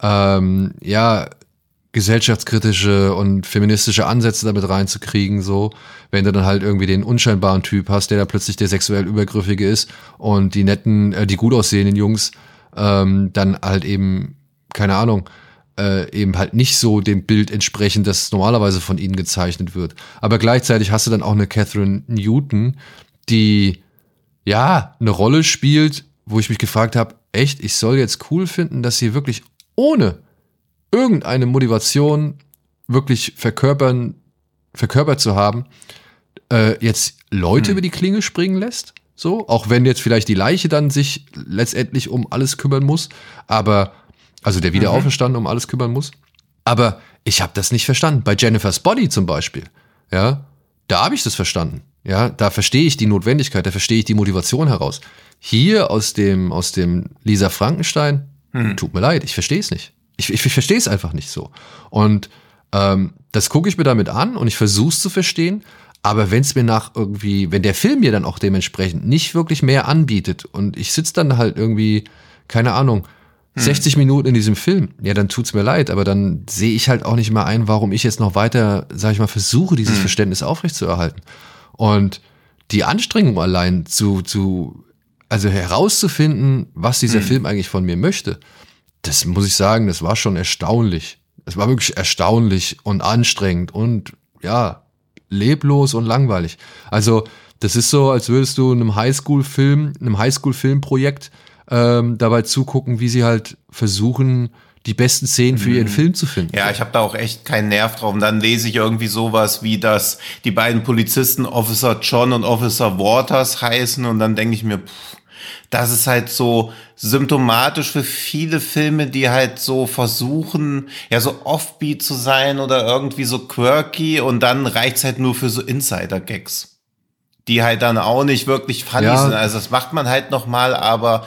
ähm, ja, gesellschaftskritische und feministische Ansätze damit reinzukriegen, so, wenn du dann halt irgendwie den unscheinbaren Typ hast, der da plötzlich der sexuell Übergriffige ist und die netten, äh, die gut aussehenden Jungs ähm, dann halt eben, keine Ahnung, äh, eben halt nicht so dem Bild entsprechen, das normalerweise von ihnen gezeichnet wird. Aber gleichzeitig hast du dann auch eine Catherine Newton, die, ja, eine Rolle spielt, wo ich mich gefragt habe, echt, ich soll jetzt cool finden, dass sie wirklich ohne irgendeine Motivation wirklich verkörpern, verkörpert zu haben, äh, jetzt Leute hm. über die Klinge springen lässt, so, auch wenn jetzt vielleicht die Leiche dann sich letztendlich um alles kümmern muss, aber, also der Wiederauferstandene um alles kümmern muss, aber ich habe das nicht verstanden. Bei Jennifer's Body zum Beispiel, ja, da habe ich das verstanden, ja, da verstehe ich die Notwendigkeit, da verstehe ich die Motivation heraus. Hier aus dem, aus dem Lisa Frankenstein, hm. tut mir leid, ich verstehe es nicht. Ich, ich, ich verstehe es einfach nicht so. Und ähm, das gucke ich mir damit an und ich versuche es zu verstehen. Aber wenn es mir nach irgendwie, wenn der Film mir dann auch dementsprechend nicht wirklich mehr anbietet und ich sitze dann halt irgendwie, keine Ahnung, hm. sechzig Minuten in diesem Film, ja, dann tut's mir leid. Aber dann sehe ich halt auch nicht mal ein, warum ich jetzt noch weiter, sag ich mal, versuche, dieses hm. Verständnis aufrechtzuerhalten. Und die Anstrengung allein zu, zu, also herauszufinden, was dieser hm. Film eigentlich von mir möchte, das muss ich sagen, das war schon erstaunlich. Es war wirklich erstaunlich und anstrengend und ja, leblos und langweilig. Also das ist so, als würdest du einem Highschool-Film, einem Highschool-Filmprojekt ähm, dabei zugucken, wie sie halt versuchen, die besten Szenen für ihren Film zu finden. Ja, ich habe da auch echt keinen Nerv drauf. Und dann lese ich irgendwie sowas wie, dass die beiden Polizisten Officer John und Officer Waters heißen und dann denke ich mir, pff, das ist halt so symptomatisch für viele Filme, die halt so versuchen, ja, so offbeat zu sein oder irgendwie so quirky und dann reicht's halt nur für so Insider-Gags, die halt dann auch nicht wirklich funny ja. sind. Also das macht man halt nochmal, aber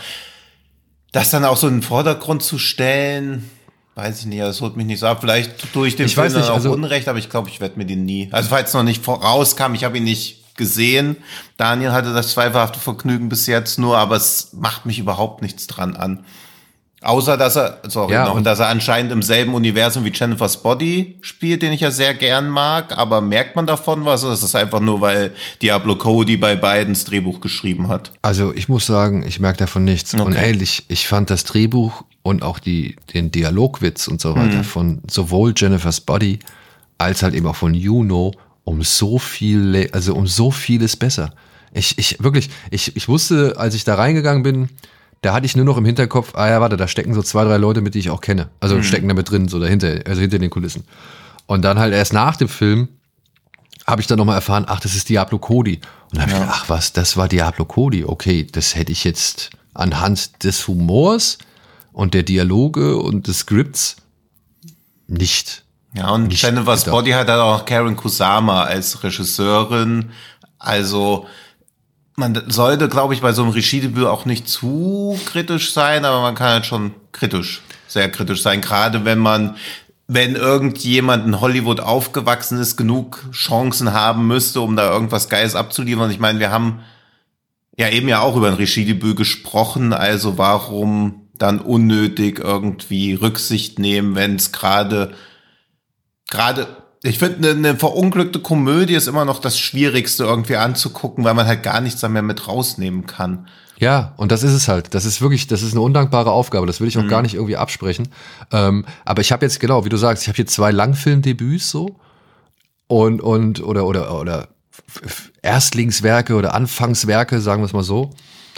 das dann auch so in den Vordergrund zu stellen, weiß ich nicht, das holt mich nicht so ab. Vielleicht tue ich dem ich Film weiß nicht, dann auch also Unrecht, aber ich glaube, ich werde mir den nie, also falls es noch nicht rauskam, ich habe ihn nicht gesehen. Daniel hatte das zweifelhafte Vergnügen bis jetzt nur, aber es macht mich überhaupt nichts dran an. Außer, dass er, sorry, ja, noch, und dass er anscheinend im selben Universum wie Jennifer's Body spielt, den ich ja sehr gern mag, aber merkt man davon was? Oder ist das einfach nur, weil Diablo Cody bei beiden das Drehbuch geschrieben hat? Also ich muss sagen, ich merke davon nichts. Okay. Und ehrlich, ich fand das Drehbuch und auch die, den Dialogwitz und so weiter hm. von sowohl Jennifer's Body als halt eben auch von Juno um so viel, also um so vieles besser. Ich, ich, wirklich, ich, ich wusste, als ich da reingegangen bin, da hatte ich nur noch im Hinterkopf, ah ja, warte, da stecken so zwei, drei Leute mit, die ich auch kenne. Also mhm. stecken da mit drin, so dahinter, also hinter den Kulissen. Und dann halt erst nach dem Film habe ich dann nochmal erfahren, ach, das ist Diablo Cody. Und dann habe ja. ich gedacht, ach was, das war Diablo Cody. Okay, das hätte ich jetzt anhand des Humors und der Dialoge und des Skripts nicht. Ja, und nicht Jennifer Spotty hat dann auch Karen Kusama als Regisseurin. Also man sollte, glaube ich, bei so einem Regiedebüt auch nicht zu kritisch sein, aber man kann halt schon kritisch, sehr kritisch sein, gerade wenn man wenn irgendjemand in Hollywood aufgewachsen ist, genug Chancen haben müsste, um da irgendwas Geiles abzuliefern. Ich meine, wir haben ja eben ja auch über ein Regiedebüt gesprochen, also warum dann unnötig irgendwie Rücksicht nehmen, wenn es gerade, gerade, ich finde, eine, eine verunglückte Komödie ist immer noch das Schwierigste irgendwie anzugucken, weil man halt gar nichts da mehr mit rausnehmen kann. Ja, und das ist es halt. Das ist wirklich, das ist eine undankbare Aufgabe. Das will ich auch mhm. gar nicht irgendwie absprechen. Ähm, aber ich habe jetzt, genau, wie du sagst, ich habe hier zwei Langfilmdebüts so und, und, oder, oder, oder Erstlingswerke oder Anfangswerke, sagen wir es mal so.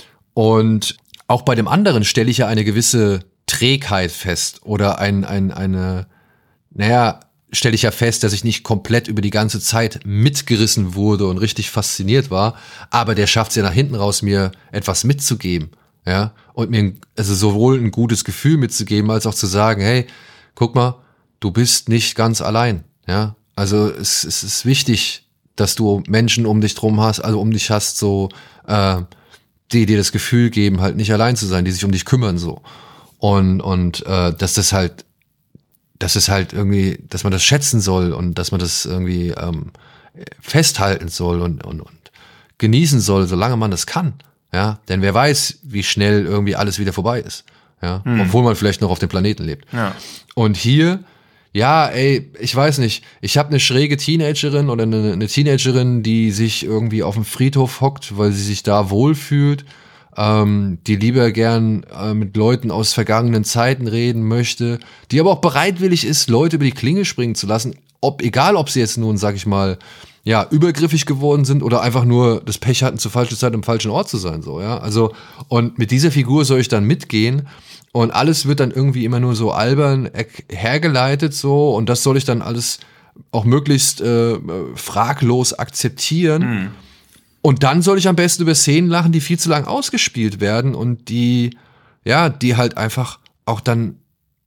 Und auch bei dem anderen stelle ich ja eine gewisse Trägheit fest oder ein, ein, eine, naja, stelle ich ja fest, dass ich nicht komplett über die ganze Zeit mitgerissen wurde und richtig fasziniert war, aber der schafft es ja nach hinten raus, mir etwas mitzugeben, ja, und mir also sowohl ein gutes Gefühl mitzugeben, als auch zu sagen, hey, guck mal, du bist nicht ganz allein, ja, also es, es ist wichtig, dass du Menschen um dich drum hast, also um dich hast, so, äh, die dir das Gefühl geben, halt nicht allein zu sein, die sich um dich kümmern, so, und, und, äh, dass das halt dass es halt irgendwie, dass man das schätzen soll und dass man das irgendwie ähm, festhalten soll und, und, und genießen soll, solange man das kann. Ja, denn wer weiß, wie schnell irgendwie alles wieder vorbei ist. Ja, hm. obwohl man vielleicht noch auf dem Planeten lebt. Ja. Und hier, ja, ey, ich weiß nicht, ich habe eine schräge Teenagerin oder eine, eine Teenagerin, die sich irgendwie auf dem Friedhof hockt, weil sie sich da wohlfühlt. Ähm, die lieber gern äh, mit Leuten aus vergangenen Zeiten reden möchte, die aber auch bereitwillig ist, Leute über die Klinge springen zu lassen, ob egal, ob sie jetzt nun, sag ich mal, ja, übergriffig geworden sind oder einfach nur das Pech hatten, zur falschen Zeit am falschen Ort zu sein, so, ja, also, und mit dieser Figur soll ich dann mitgehen und alles wird dann irgendwie immer nur so albern hergeleitet, so, und das soll ich dann alles auch möglichst äh, fraglos akzeptieren. Mhm. Und dann soll ich am besten über Szenen lachen, die viel zu lang ausgespielt werden und die, ja, die halt einfach auch dann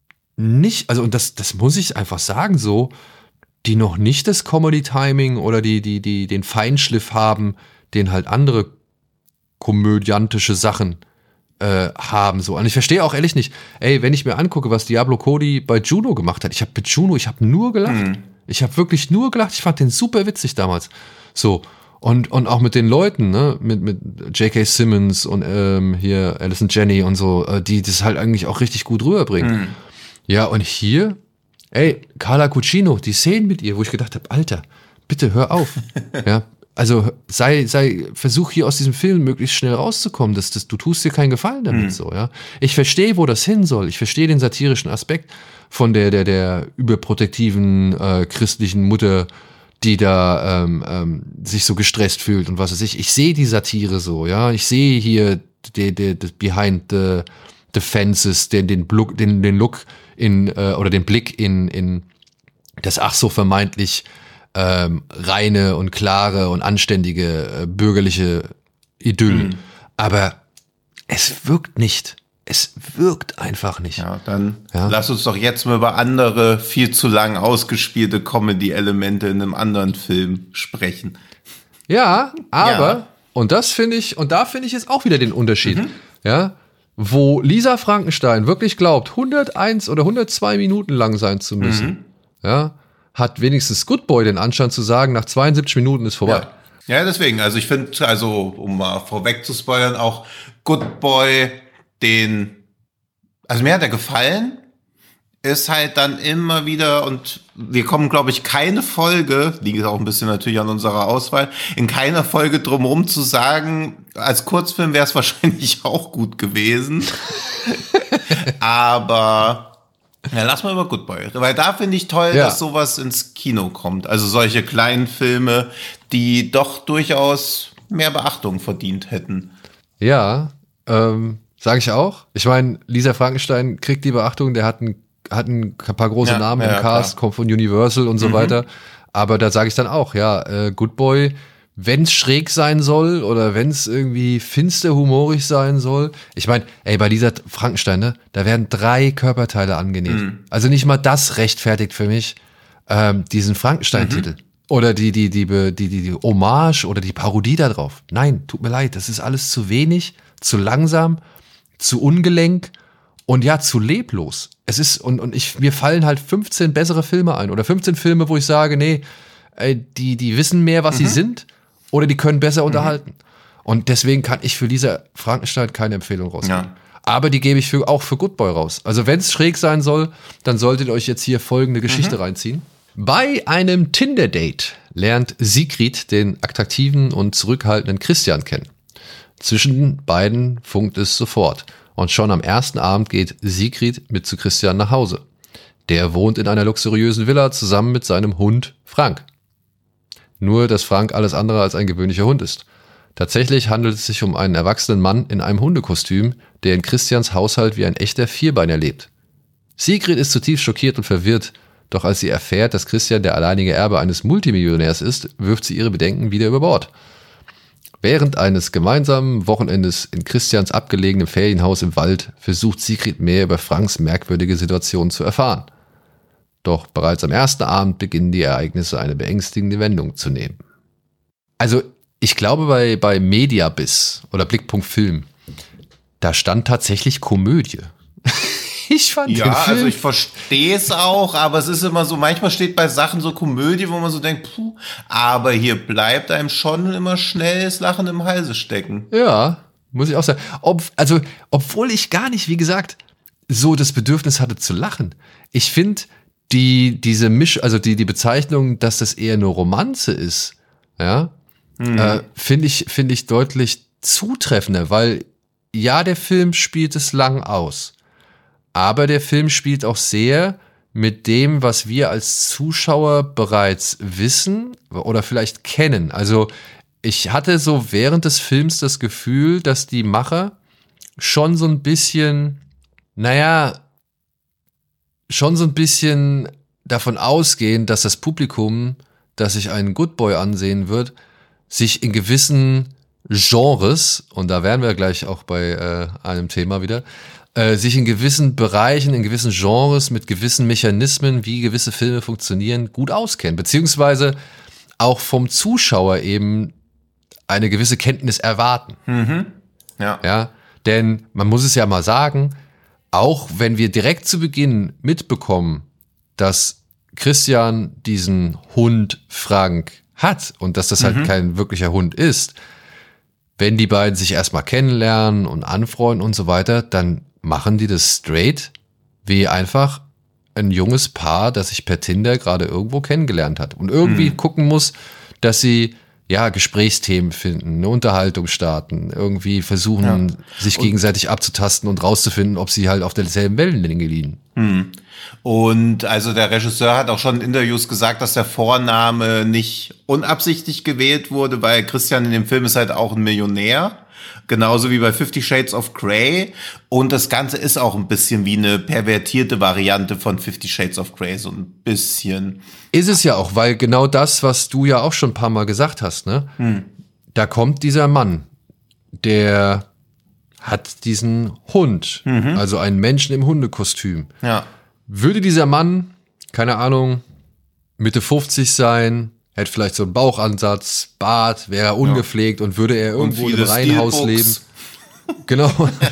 nicht, also und das, das muss ich einfach sagen so, die noch nicht das Comedy-Timing oder die, die, die, den Feinschliff haben, den halt andere komödiantische Sachen äh, haben so. Und ich verstehe auch ehrlich nicht, ey, wenn ich mir angucke, was Diablo Cody bei Juno gemacht hat, ich habe mit Juno, ich habe nur gelacht. Mhm. Ich habe wirklich nur gelacht, ich fand den super witzig damals. So. Und, und auch mit den Leuten, ne, mit, mit J K. Simmons und ähm, hier Alison Janney und so, äh, die das halt eigentlich auch richtig gut rüberbringen. Mhm. Ja, und hier, ey, Carla Cucino, die Szenen mit ihr, wo ich gedacht habe, Alter, bitte hör auf. Ja, also sei, sei, versuch hier aus diesem Film möglichst schnell rauszukommen. Das, das, du tust dir keinen Gefallen damit, mhm. so, ja. Ich verstehe, wo das hin soll. Ich verstehe den satirischen Aspekt von der, der, der überprotektiven äh, christlichen Mutter, die da ähm, ähm, sich so gestresst fühlt und was weiß ich. Ich sehe die Satire so, ja. Ich sehe hier den de, de Behind the, the Fences, den, den, Look, den, den Look in, äh, oder den Blick in, in das ach so vermeintlich ähm, reine und klare und anständige äh, bürgerliche Idyll. Mhm. Aber es wirkt nicht. Es wirkt einfach nicht. Ja, dann ja. lass uns doch jetzt mal über andere, viel zu lang ausgespielte Comedy-Elemente in einem anderen Film sprechen. Ja, aber, ja. und das finde ich, und da finde ich jetzt auch wieder den Unterschied, mhm. ja, wo Lisa Frankenstein wirklich glaubt, hunderteins oder hundertzwei Minuten lang sein zu müssen, mhm. ja, hat wenigstens Good Boy den Anschein zu sagen, nach zweiundsiebzig Minuten ist vorbei. Ja, ja deswegen, also ich finde, also um mal vorweg zu spoilern, auch Good Boy, den, also mir hat er gefallen, ist halt dann immer wieder, und wir kommen, glaube ich, keine Folge, liegt auch ein bisschen natürlich an unserer Auswahl, in keiner Folge drumherum zu sagen, als Kurzfilm wäre es wahrscheinlich auch gut gewesen. Aber ja, lass mal über Good Boy, weil da finde ich toll, ja. dass sowas ins Kino kommt. Also solche kleinen Filme, die doch durchaus mehr Beachtung verdient hätten. Ja, ähm, sage ich auch. Ich meine, Lisa Frankenstein kriegt die Beachtung, der hat ein, hat ein paar große ja, Namen ja, im Cast, klar. kommt von Universal und so mhm. weiter. Aber da sage ich dann auch, ja, äh, Good Boy, wenn es schräg sein soll oder wenn es irgendwie finster humorig sein soll. Ich meine, ey, bei dieser Frankenstein, ne, da werden drei Körperteile angenäht. Mhm. Also nicht mal das rechtfertigt für mich ähm, diesen Frankenstein-Titel. Mhm. Oder die, die, die, die, die, die Hommage oder die Parodie da drauf. Nein, tut mir leid, das ist alles zu wenig, zu langsam, zu ungelenk und ja, zu leblos. Es ist, und, und ich, mir fallen halt fünfzehn bessere Filme ein oder fünfzehn Filme, wo ich sage, nee, ey, die, die wissen mehr, was mhm. sie sind. Oder die können besser unterhalten. Mhm. Und deswegen kann ich für Lisa Frankenstein keine Empfehlung rausgeben. Ja. Aber die gebe ich für, auch für Good Boy raus. Also wenn es schräg sein soll, dann solltet ihr euch jetzt hier folgende Geschichte mhm. reinziehen. Bei einem Tinder-Date lernt Sigrid den attraktiven und zurückhaltenden Christian kennen. Zwischen beiden funkt es sofort. Und schon am ersten Abend geht Sigrid mit zu Christian nach Hause. Der wohnt in einer luxuriösen Villa zusammen mit seinem Hund Frank. Nur, dass Frank alles andere als ein gewöhnlicher Hund ist. Tatsächlich handelt es sich um einen erwachsenen Mann in einem Hundekostüm, der in Christians Haushalt wie ein echter Vierbeiner lebt. Sigrid ist zutiefst schockiert und verwirrt, doch als sie erfährt, dass Christian der alleinige Erbe eines Multimillionärs ist, wirft sie ihre Bedenken wieder über Bord. Während eines gemeinsamen Wochenendes in Christians abgelegenem Ferienhaus im Wald versucht Sigrid mehr über Franks merkwürdige Situation zu erfahren. Doch bereits am ersten Abend beginnen die Ereignisse eine beängstigende Wendung zu nehmen. Also ich glaube bei, bei Mediabiz oder Blickpunkt Film, da stand tatsächlich Komödie. Ich fand ja, den Film also ich verstehe es auch, aber es ist immer so, manchmal steht bei Sachen so Komödie, wo man so denkt, puh, aber hier bleibt einem schon immer schnell das Lachen im Halse stecken. Ja, muss ich auch sagen. Ob, also, obwohl ich gar nicht, wie gesagt, so das Bedürfnis hatte zu lachen. Ich finde, die, diese Misch, also die, die Bezeichnung, dass das eher eine Romanze ist, ja, mhm. äh, finde ich, finde ich deutlich zutreffender, weil ja, der Film spielt es lang aus. Aber der Film spielt auch sehr mit dem, was wir als Zuschauer bereits wissen oder vielleicht kennen. Also ich hatte so während des Films das Gefühl, dass die Macher schon so ein bisschen, naja, schon so ein bisschen davon ausgehen, dass das Publikum, das sich einen Good Boy ansehen wird, sich in gewissen Genres, und da wären wir gleich auch bei äh, einem Thema wieder, äh, sich in gewissen Bereichen, in gewissen Genres mit gewissen Mechanismen, wie gewisse Filme funktionieren, gut auskennen, beziehungsweise auch vom Zuschauer eben eine gewisse Kenntnis erwarten. Mhm. Ja. Ja, denn man muss es ja mal sagen, auch wenn wir direkt zu Beginn mitbekommen, dass Christian diesen Hund Frank hat und dass das mhm. halt kein wirklicher Hund ist, wenn die beiden sich erstmal kennenlernen und anfreunden und so weiter, dann machen die das straight wie einfach ein junges Paar, das sich per Tinder gerade irgendwo kennengelernt hat und irgendwie mhm. gucken muss, dass sie ja Gesprächsthemen finden, eine Unterhaltung starten, irgendwie versuchen, ja. sich und gegenseitig abzutasten und rauszufinden, ob sie halt auf derselben Wellenlänge liegen. Mhm. Und also der Regisseur hat auch schon in Interviews gesagt, dass der Vorname nicht unabsichtlich gewählt wurde, weil Christian in dem Film ist halt auch ein Millionär. Genauso wie bei Fifty Shades of Grey. Und das Ganze ist auch ein bisschen wie eine pervertierte Variante von Fifty Shades of Grey, so ein bisschen. Ist es ja auch, weil genau das, was du ja auch schon ein paar Mal gesagt hast, ne? Hm. Da kommt dieser Mann, der hat diesen Hund, mhm. also einen Menschen im Hundekostüm. Ja. Würde dieser Mann, keine Ahnung, Mitte fünfzig sein, hätte vielleicht so einen Bauchansatz, Bart, wäre ungepflegt ja. und würde er irgendwo in einem Reihenhaus leben. Genau.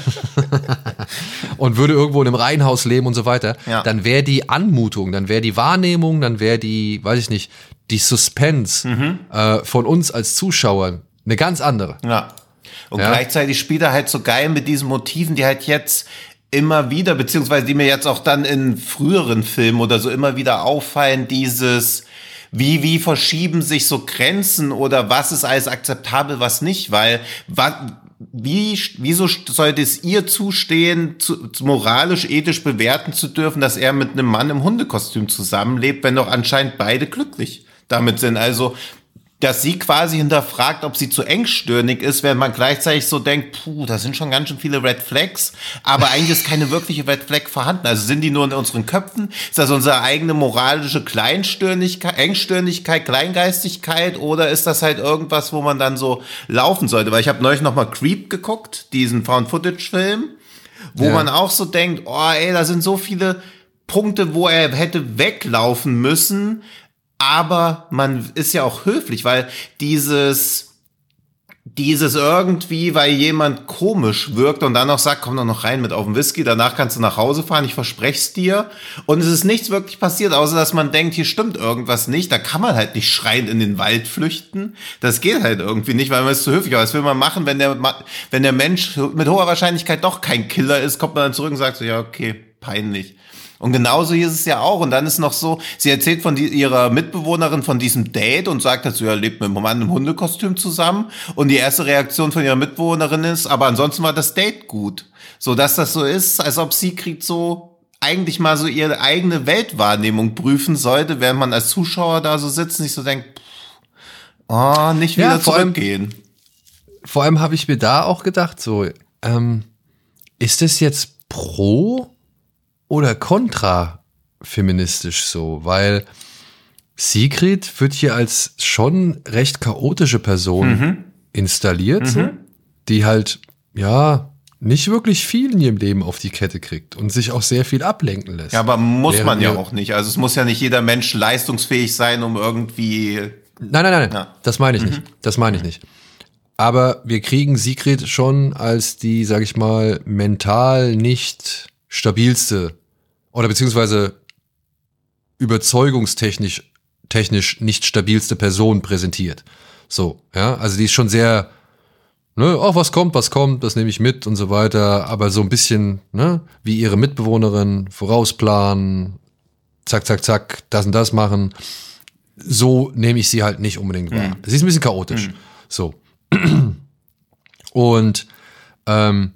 Und würde irgendwo in einem Reihenhaus leben und so weiter. Ja. Dann wäre die Anmutung, dann wäre die Wahrnehmung, dann wäre die, weiß ich nicht, die Suspense mhm. äh, von uns als Zuschauern eine ganz andere. Ja. Und ja. gleichzeitig spielt er halt so geil mit diesen Motiven, die halt jetzt immer wieder, beziehungsweise die mir jetzt auch dann in früheren Filmen oder so immer wieder auffallen, dieses Wie, wie verschieben sich so Grenzen oder was ist alles akzeptabel, was nicht, weil was, wie, wieso sollte es ihr zustehen, zu, moralisch, ethisch bewerten zu dürfen, dass er mit einem Mann im Hundekostüm zusammenlebt, wenn doch anscheinend beide glücklich damit sind. Also dass sie quasi hinterfragt, ob sie zu engstirnig ist, während man gleichzeitig so denkt, puh, da sind schon ganz schön viele Red Flags, aber eigentlich ist keine wirkliche Red Flag vorhanden. Also sind die nur in unseren Köpfen? Ist das unsere eigene moralische Kleinstirnigkeit, Engstirnigkeit, Kleingeistigkeit oder ist das halt irgendwas, wo man dann so laufen sollte? Weil ich habe neulich nochmal Creep geguckt, diesen Found-Footage-Film, wo ja. man auch so denkt, oh ey, da sind so viele Punkte, wo er hätte weglaufen müssen, aber man ist ja auch höflich, weil dieses, dieses irgendwie, weil jemand komisch wirkt und dann noch sagt, komm doch noch rein mit auf den Whisky, danach kannst du nach Hause fahren, ich verspreche es dir. Und es ist nichts wirklich passiert, außer dass man denkt, hier stimmt irgendwas nicht. Da kann man halt nicht schreiend in den Wald flüchten. Das geht halt irgendwie nicht, weil man ist zu höflich. Aber was will man machen, wenn der, wenn der Mensch mit hoher Wahrscheinlichkeit doch kein Killer ist, kommt man dann zurück und sagt so, ja, okay, peinlich. Und genauso hier ist es ja auch. Und dann ist noch so, sie erzählt von die, ihrer Mitbewohnerin von diesem Date und sagt dazu, ja, lebt mit einem Mann im Hundekostüm zusammen. Und die erste Reaktion von ihrer Mitbewohnerin ist, aber ansonsten war das Date gut. So, dass das so ist, als ob sie kriegt so eigentlich mal so ihre eigene Weltwahrnehmung prüfen sollte, während man als Zuschauer da so sitzt und sich so denkt, oh, nicht wieder ja, vor zurückgehen. Allem, vor allem habe ich mir da auch gedacht, so, ähm, ist das jetzt pro oder kontra feministisch so, weil Sigrid wird hier als schon recht chaotische Person mhm. installiert, mhm. so, die halt, ja, nicht wirklich viel in ihrem Leben auf die Kette kriegt und sich auch sehr viel ablenken lässt. Ja, aber muss man ja auch nicht. Also es muss ja nicht jeder Mensch leistungsfähig sein, um irgendwie... Nein, nein, nein, ja. das meine ich mhm. nicht. Das meine ich nicht. Aber wir kriegen Sigrid schon als die, sag ich mal, mental nicht stabilste oder beziehungsweise überzeugungstechnisch technisch nicht stabilste Person präsentiert. So, ja, also die ist schon sehr, ne, oh, was kommt, was kommt, das nehme ich mit und so weiter, aber so ein bisschen, ne, wie ihre Mitbewohnerin, vorausplanen, zack, zack, zack, das und das machen. So nehme ich sie halt nicht unbedingt wahr. Mhm. Sie ist ein bisschen chaotisch. Mhm. So. Und ähm,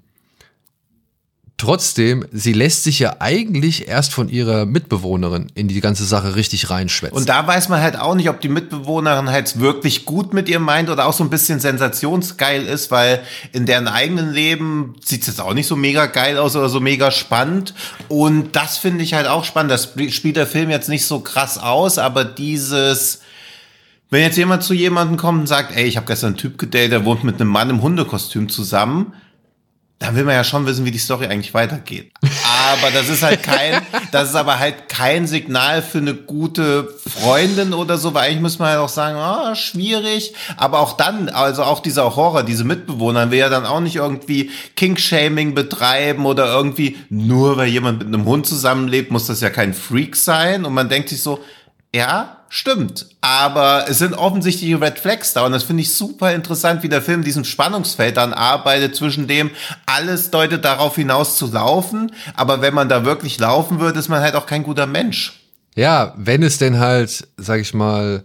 trotzdem, sie lässt sich ja eigentlich erst von ihrer Mitbewohnerin in die ganze Sache richtig reinschwätzen. Und da weiß man halt auch nicht, ob die Mitbewohnerin halt wirklich gut mit ihr meint oder auch so ein bisschen sensationsgeil ist, weil in deren eigenen Leben sieht es jetzt auch nicht so mega geil aus oder so mega spannend. Und das finde ich halt auch spannend. Das spielt der Film jetzt nicht so krass aus, aber dieses... Wenn jetzt jemand zu jemandem kommt und sagt, ey, ich habe gestern einen Typ gedatet, der wohnt mit einem Mann im Hundekostüm zusammen, dann will man ja schon wissen, wie die Story eigentlich weitergeht. Aber das ist halt kein, das ist aber halt kein Signal für eine gute Freundin oder so, weil eigentlich muss man halt auch sagen, ah, schwierig. Aber auch dann, also auch dieser Horror, diese Mitbewohner, will ja dann auch nicht irgendwie Kink-Shaming betreiben oder irgendwie, nur weil jemand mit einem Hund zusammenlebt, muss das ja kein Freak sein. Und man denkt sich so, ja, stimmt, aber es sind offensichtliche Red Flags da und das finde ich super interessant, wie der Film diesen Spannungsfeld dann arbeitet zwischen dem, alles deutet darauf hinaus zu laufen, aber wenn man da wirklich laufen würde, ist man halt auch kein guter Mensch. Ja, wenn es denn halt, sag ich mal,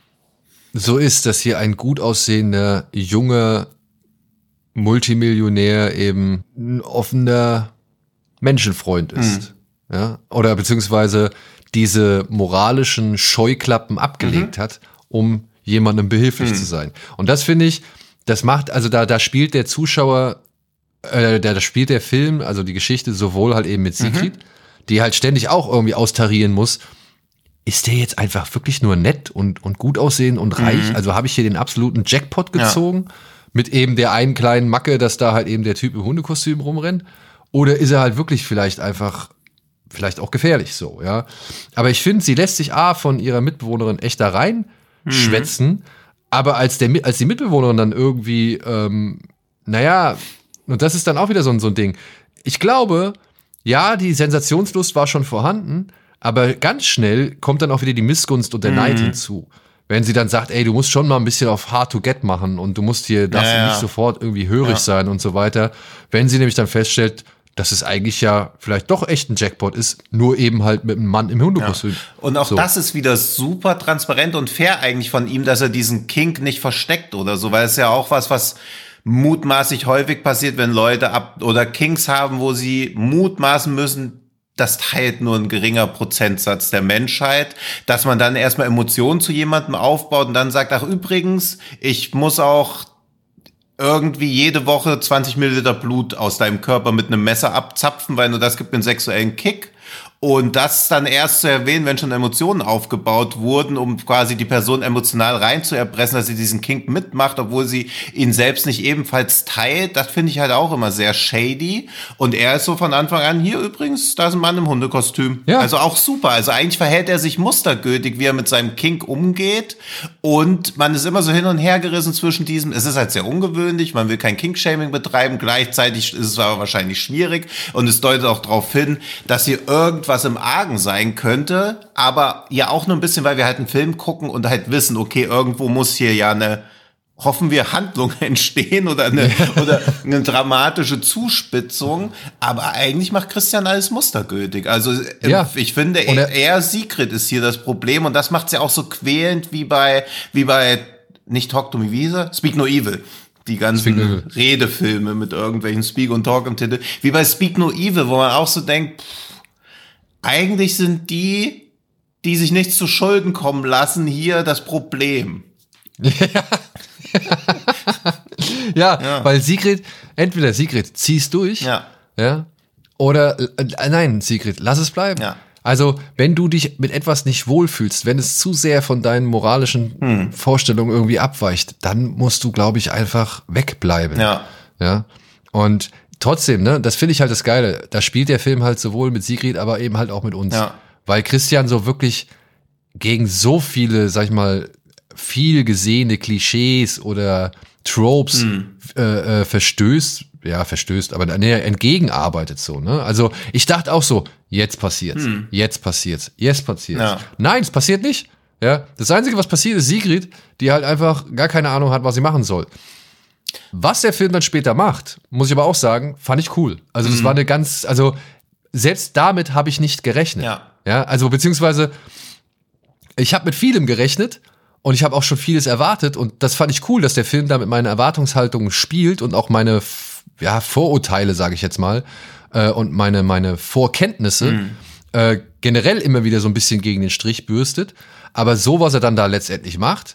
so ist, dass hier ein gut aussehender, junger Multimillionär eben ein offener Menschenfreund ist, mhm. ja, oder beziehungsweise diese moralischen Scheuklappen abgelegt mhm. hat, um jemandem behilflich mhm. zu sein. Und das finde ich, das macht, also da, da spielt der Zuschauer, äh, da, da spielt der Film, also die Geschichte sowohl halt eben mit Sigrid, mhm. die halt ständig auch irgendwie austarieren muss, ist der jetzt einfach wirklich nur nett und, und gut aussehen und reich? Mhm. Also habe ich hier den absoluten Jackpot gezogen, ja. mit eben der einen kleinen Macke, dass da halt eben der Typ im Hundekostüm rumrennt? Oder ist er halt wirklich vielleicht einfach vielleicht auch gefährlich so, ja. Aber ich finde, sie lässt sich A von ihrer Mitbewohnerin echt da rein mhm. schwätzen, aber als, der, als die Mitbewohnerin dann irgendwie, ähm, naja, und das ist dann auch wieder so, so ein Ding. Ich glaube, ja, die Sensationslust war schon vorhanden, aber ganz schnell kommt dann auch wieder die Missgunst und der mhm. Neid hinzu. Wenn sie dann sagt, ey, du musst schon mal ein bisschen auf hard to get machen und du musst hier, darfst ja, ja. nicht sofort irgendwie hörig ja. sein und so weiter. Wenn sie nämlich dann feststellt, dass es eigentlich ja vielleicht doch echt ein Jackpot ist, nur eben halt mit einem Mann im Hundekostüm. Ja. Und auch so. Das ist wieder super transparent und fair eigentlich von ihm, dass er diesen Kink nicht versteckt oder so, weil es ja auch was, was mutmaßlich häufig passiert, wenn Leute ab oder Kinks haben, wo sie mutmaßen müssen, das teilt nur ein geringer Prozentsatz der Menschheit, dass man dann erstmal Emotionen zu jemandem aufbaut und dann sagt, ach übrigens, ich muss auch irgendwie jede Woche zwanzig Milliliter Blut aus deinem Körper mit einem Messer abzapfen, weil nur das gibt mir einen sexuellen Kick. Und das dann erst zu erwähnen, wenn schon Emotionen aufgebaut wurden, um quasi die Person emotional rein zu erpressen, dass sie diesen Kink mitmacht, obwohl sie ihn selbst nicht ebenfalls teilt, das finde ich halt auch immer sehr shady. Und er ist so von Anfang an, hier übrigens, da ist ein Mann im Hundekostüm. Ja. Also auch super. Also eigentlich verhält er sich mustergültig, wie er mit seinem Kink umgeht. Und man ist immer so hin und her gerissen zwischen diesem, es ist halt sehr ungewöhnlich, man will kein Kink-Shaming betreiben, gleichzeitig ist es aber wahrscheinlich schwierig. Und es deutet auch darauf hin, dass hier irgendwas was im Argen sein könnte, aber ja auch nur ein bisschen, weil wir halt einen Film gucken und halt wissen, okay, irgendwo muss hier ja eine, hoffen wir, Handlung entstehen oder eine, oder eine dramatische Zuspitzung, aber eigentlich macht Christian alles mustergültig. Also ja. ich finde, eher, eher Sigrid ist hier das Problem und das macht es ja auch so quälend wie bei, wie bei, nicht Talk to Me, wie hieß er? Speak No Evil. Die ganzen Redefilme mit irgendwelchen Speak und Talk im Titel. Wie bei Speak No Evil, wo man auch so denkt, pff, eigentlich sind die, die sich nichts zu Schulden kommen lassen, hier das Problem. Ja, ja, ja. Weil Sigrid, entweder Sigrid, zieh's durch, ja, ja oder äh, nein, Sigrid, lass es bleiben. Ja. Also, wenn du dich mit etwas nicht wohlfühlst, wenn es zu sehr von deinen moralischen hm. Vorstellungen irgendwie abweicht, dann musst du, glaube ich, einfach wegbleiben. Ja. Ja. Und trotzdem, ne, das finde ich halt das Geile. Da spielt der Film halt sowohl mit Sigrid, aber eben halt auch mit uns. Ja. Weil Christian so wirklich gegen so viele, sag ich mal, viel gesehene Klischees oder Tropes mhm. äh, äh, verstößt. Ja, verstößt, aber nee, entgegenarbeitet so, ne? Also, ich dachte auch so, jetzt passiert's, hm. jetzt passiert's, jetzt passiert's. Ja. Nein, es passiert nicht. Ja, das Einzige, was passiert, ist Sigrid, die halt einfach gar keine Ahnung hat, was sie machen soll. Was der Film dann später macht, muss ich aber auch sagen, fand ich cool. Also, das mhm. war eine ganz, also, selbst damit habe ich nicht gerechnet. Ja. Ja, also, beziehungsweise, ich habe mit vielem gerechnet und ich habe auch schon vieles erwartet und das fand ich cool, dass der Film da mit meinen Erwartungshaltungen spielt und auch meine ja, Vorurteile, sage ich jetzt mal, äh, und meine, meine Vorkenntnisse mhm. äh, generell immer wieder so ein bisschen gegen den Strich bürstet. Aber so, was er dann da letztendlich macht,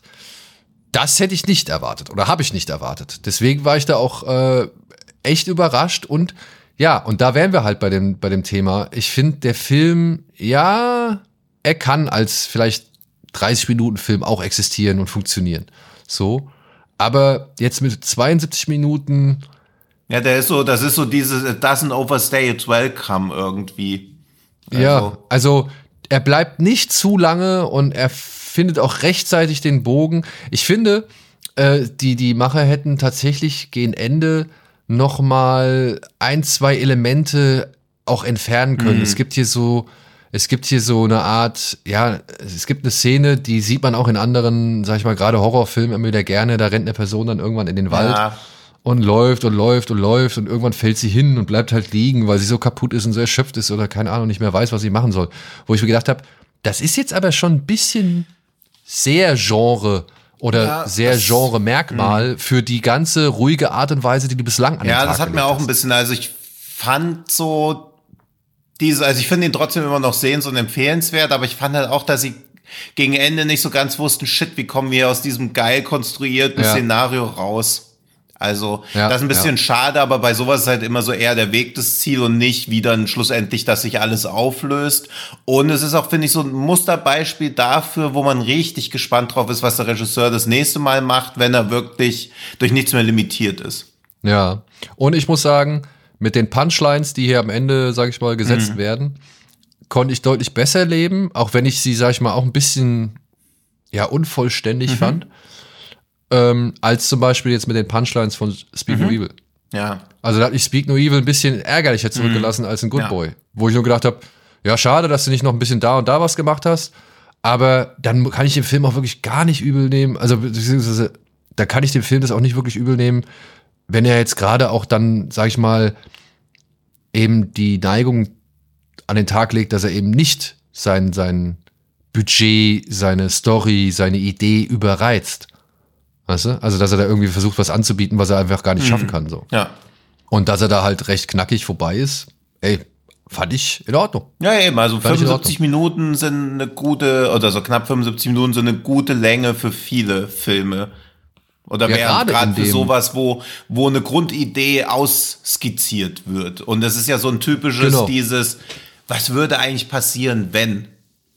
das hätte ich nicht erwartet oder habe ich nicht erwartet. Deswegen war ich da auch äh, echt überrascht und ja, und da wären wir halt bei dem, bei dem Thema. Ich finde, der Film, ja, er kann als vielleicht dreißig Minuten Film auch existieren und funktionieren. So. Aber jetzt mit zweiundsiebzig Minuten. Ja, der ist so, das ist so dieses, it doesn't overstay its welcome irgendwie. Also. Ja, also er bleibt nicht zu lange und er findet auch rechtzeitig den Bogen. Ich finde, äh, die, die Macher hätten tatsächlich gegen Ende noch mal ein, zwei Elemente auch entfernen können. Mhm. Es gibt hier so, es gibt hier so eine Art, ja, es gibt eine Szene, die sieht man auch in anderen, sag ich mal, gerade Horrorfilmen immer wieder gerne, da rennt eine Person dann irgendwann in den Wald. Ja. Und läuft und läuft und läuft und irgendwann fällt sie hin und bleibt halt liegen, weil sie so kaputt ist und so erschöpft ist oder keine Ahnung, nicht mehr weiß, was sie machen soll. Wo ich mir gedacht habe, das ist jetzt aber schon ein bisschen sehr Genre oder ja, sehr Genre-Merkmal mh. für die ganze ruhige Art und Weise, die du bislang an den Ja, Tag das hat mir auch hast. ein bisschen, also ich fand so diese, also ich finde ihn trotzdem immer noch sehens- und empfehlenswert, aber ich fand halt auch, dass sie gegen Ende nicht so ganz wussten, shit, wie kommen wir aus diesem geil konstruierten ja. Szenario raus? Also, ja, das ist ein bisschen ja. schade, aber bei sowas ist halt immer so eher der Weg des Ziel und nicht, wie dann schlussendlich, dass sich alles auflöst. Und es ist auch, finde ich, so ein Musterbeispiel dafür, wo man richtig gespannt drauf ist, was der Regisseur das nächste Mal macht, wenn er wirklich durch nichts mehr limitiert ist. Ja, und ich muss sagen, mit den Punchlines, die hier am Ende, sage ich mal, gesetzt mhm. werden, konnte ich deutlich besser leben, auch wenn ich sie, sage ich mal, auch ein bisschen ja unvollständig mhm. fand. Ähm, als zum Beispiel jetzt mit den Punchlines von Speak mhm. No Evil. Ja. Also da hat mich Speak No Evil ein bisschen ärgerlicher zurückgelassen mhm. als ein Good ja. Boy. Wo ich nur gedacht habe, ja, schade, dass du nicht noch ein bisschen da und da was gemacht hast, aber dann kann ich den Film auch wirklich gar nicht übel nehmen. Also da kann ich dem Film das auch nicht wirklich übel nehmen, wenn er jetzt gerade auch dann, sag ich mal, eben die Neigung an den Tag legt, dass er eben nicht sein, sein Budget, seine Story, seine Idee überreizt. Weißt du? Also, dass er da irgendwie versucht, was anzubieten, was er einfach gar nicht mhm. schaffen kann, so. Ja. Und dass er da halt recht knackig vorbei ist, ey, fand ich in Ordnung. Ja, eben, also Fand ich in fünfundsiebzig Minuten sind eine gute, oder so knapp fünfundsiebzig Minuten sind eine gute Länge für viele Filme. Oder Ja, während gerade gerade in für dem- sowas, wo, wo eine Grundidee ausskizziert wird. Und das ist ja so ein typisches, Genau. dieses, was würde eigentlich passieren, wenn?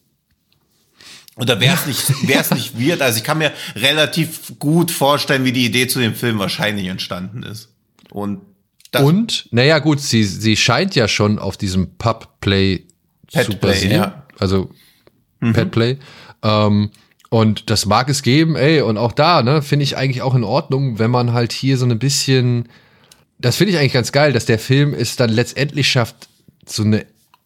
Oder wäre es nicht, wäre es nicht wird? Also ich kann mir relativ gut vorstellen, wie die Idee zu dem Film wahrscheinlich entstanden ist. Und das Und, naja, gut, sie, sie scheint ja schon auf diesem Pub-Play zu Pet Play, basieren. ja. Also Pet-Play. Ähm, und das mag es geben, ey, und auch da, ne, finde ich eigentlich auch in Ordnung, wenn man halt hier so ein bisschen, das finde ich eigentlich ganz geil, dass der Film es dann letztendlich schafft, so eine,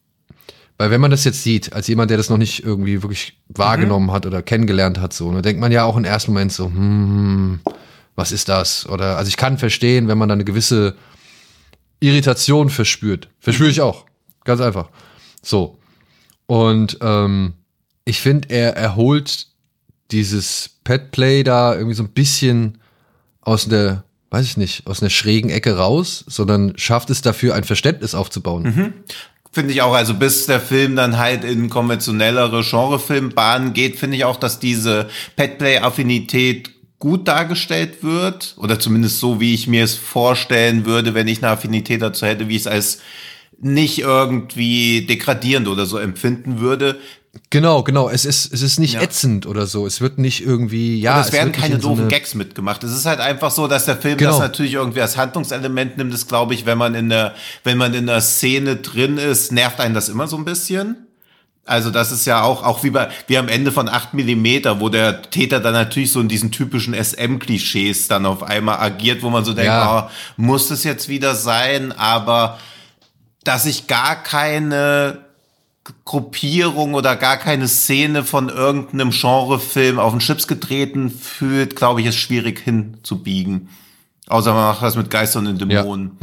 weil wenn man das jetzt sieht, als jemand, der das noch nicht irgendwie wirklich wahrgenommen hat oder kennengelernt hat, so, ne, denkt man ja auch im ersten Moment so, hm, was ist das? Oder, also ich kann verstehen, wenn man dann eine gewisse Irritation verspürt. Verspüre ich auch. Ganz einfach. So. Und ähm, ich finde, er erholt dieses Pet-Play da irgendwie so ein bisschen aus der, weiß ich nicht, aus einer schrägen Ecke raus, sondern schafft es dafür, ein Verständnis aufzubauen. finde ich auch, also bis der Film dann halt in konventionellere Genrefilmbahnen geht, finde ich auch, dass diese Petplay-Affinität gut dargestellt wird, oder zumindest so, wie ich mir es vorstellen würde, wenn ich eine Affinität dazu hätte, wie ich es als nicht irgendwie degradierend oder so empfinden würde. Genau, genau. Es ist, es ist nicht Ja. ätzend oder so. Es wird nicht irgendwie, ja. Und es werden wird nicht keine in so doofen eine- Gags mitgemacht. Es ist halt einfach so, dass der Film Genau. das natürlich irgendwie als Handlungselement nimmt. Das glaube ich, wenn man in der, wenn man in der Szene drin ist, nervt einen das immer so ein bisschen. Also das ist ja auch, auch wie bei, wie am Ende von acht Millimeter, wo der Täter dann natürlich so in diesen typischen S M-Klischees dann auf einmal agiert, wo man so denkt, Ja. oh, muss das jetzt wieder sein? Aber dass ich gar keine Gruppierung oder gar keine Szene von irgendeinem Genrefilm auf den Chips getreten fühlt, glaube ich, ist schwierig hinzubiegen. Außer man macht das mit Geistern und Dämonen.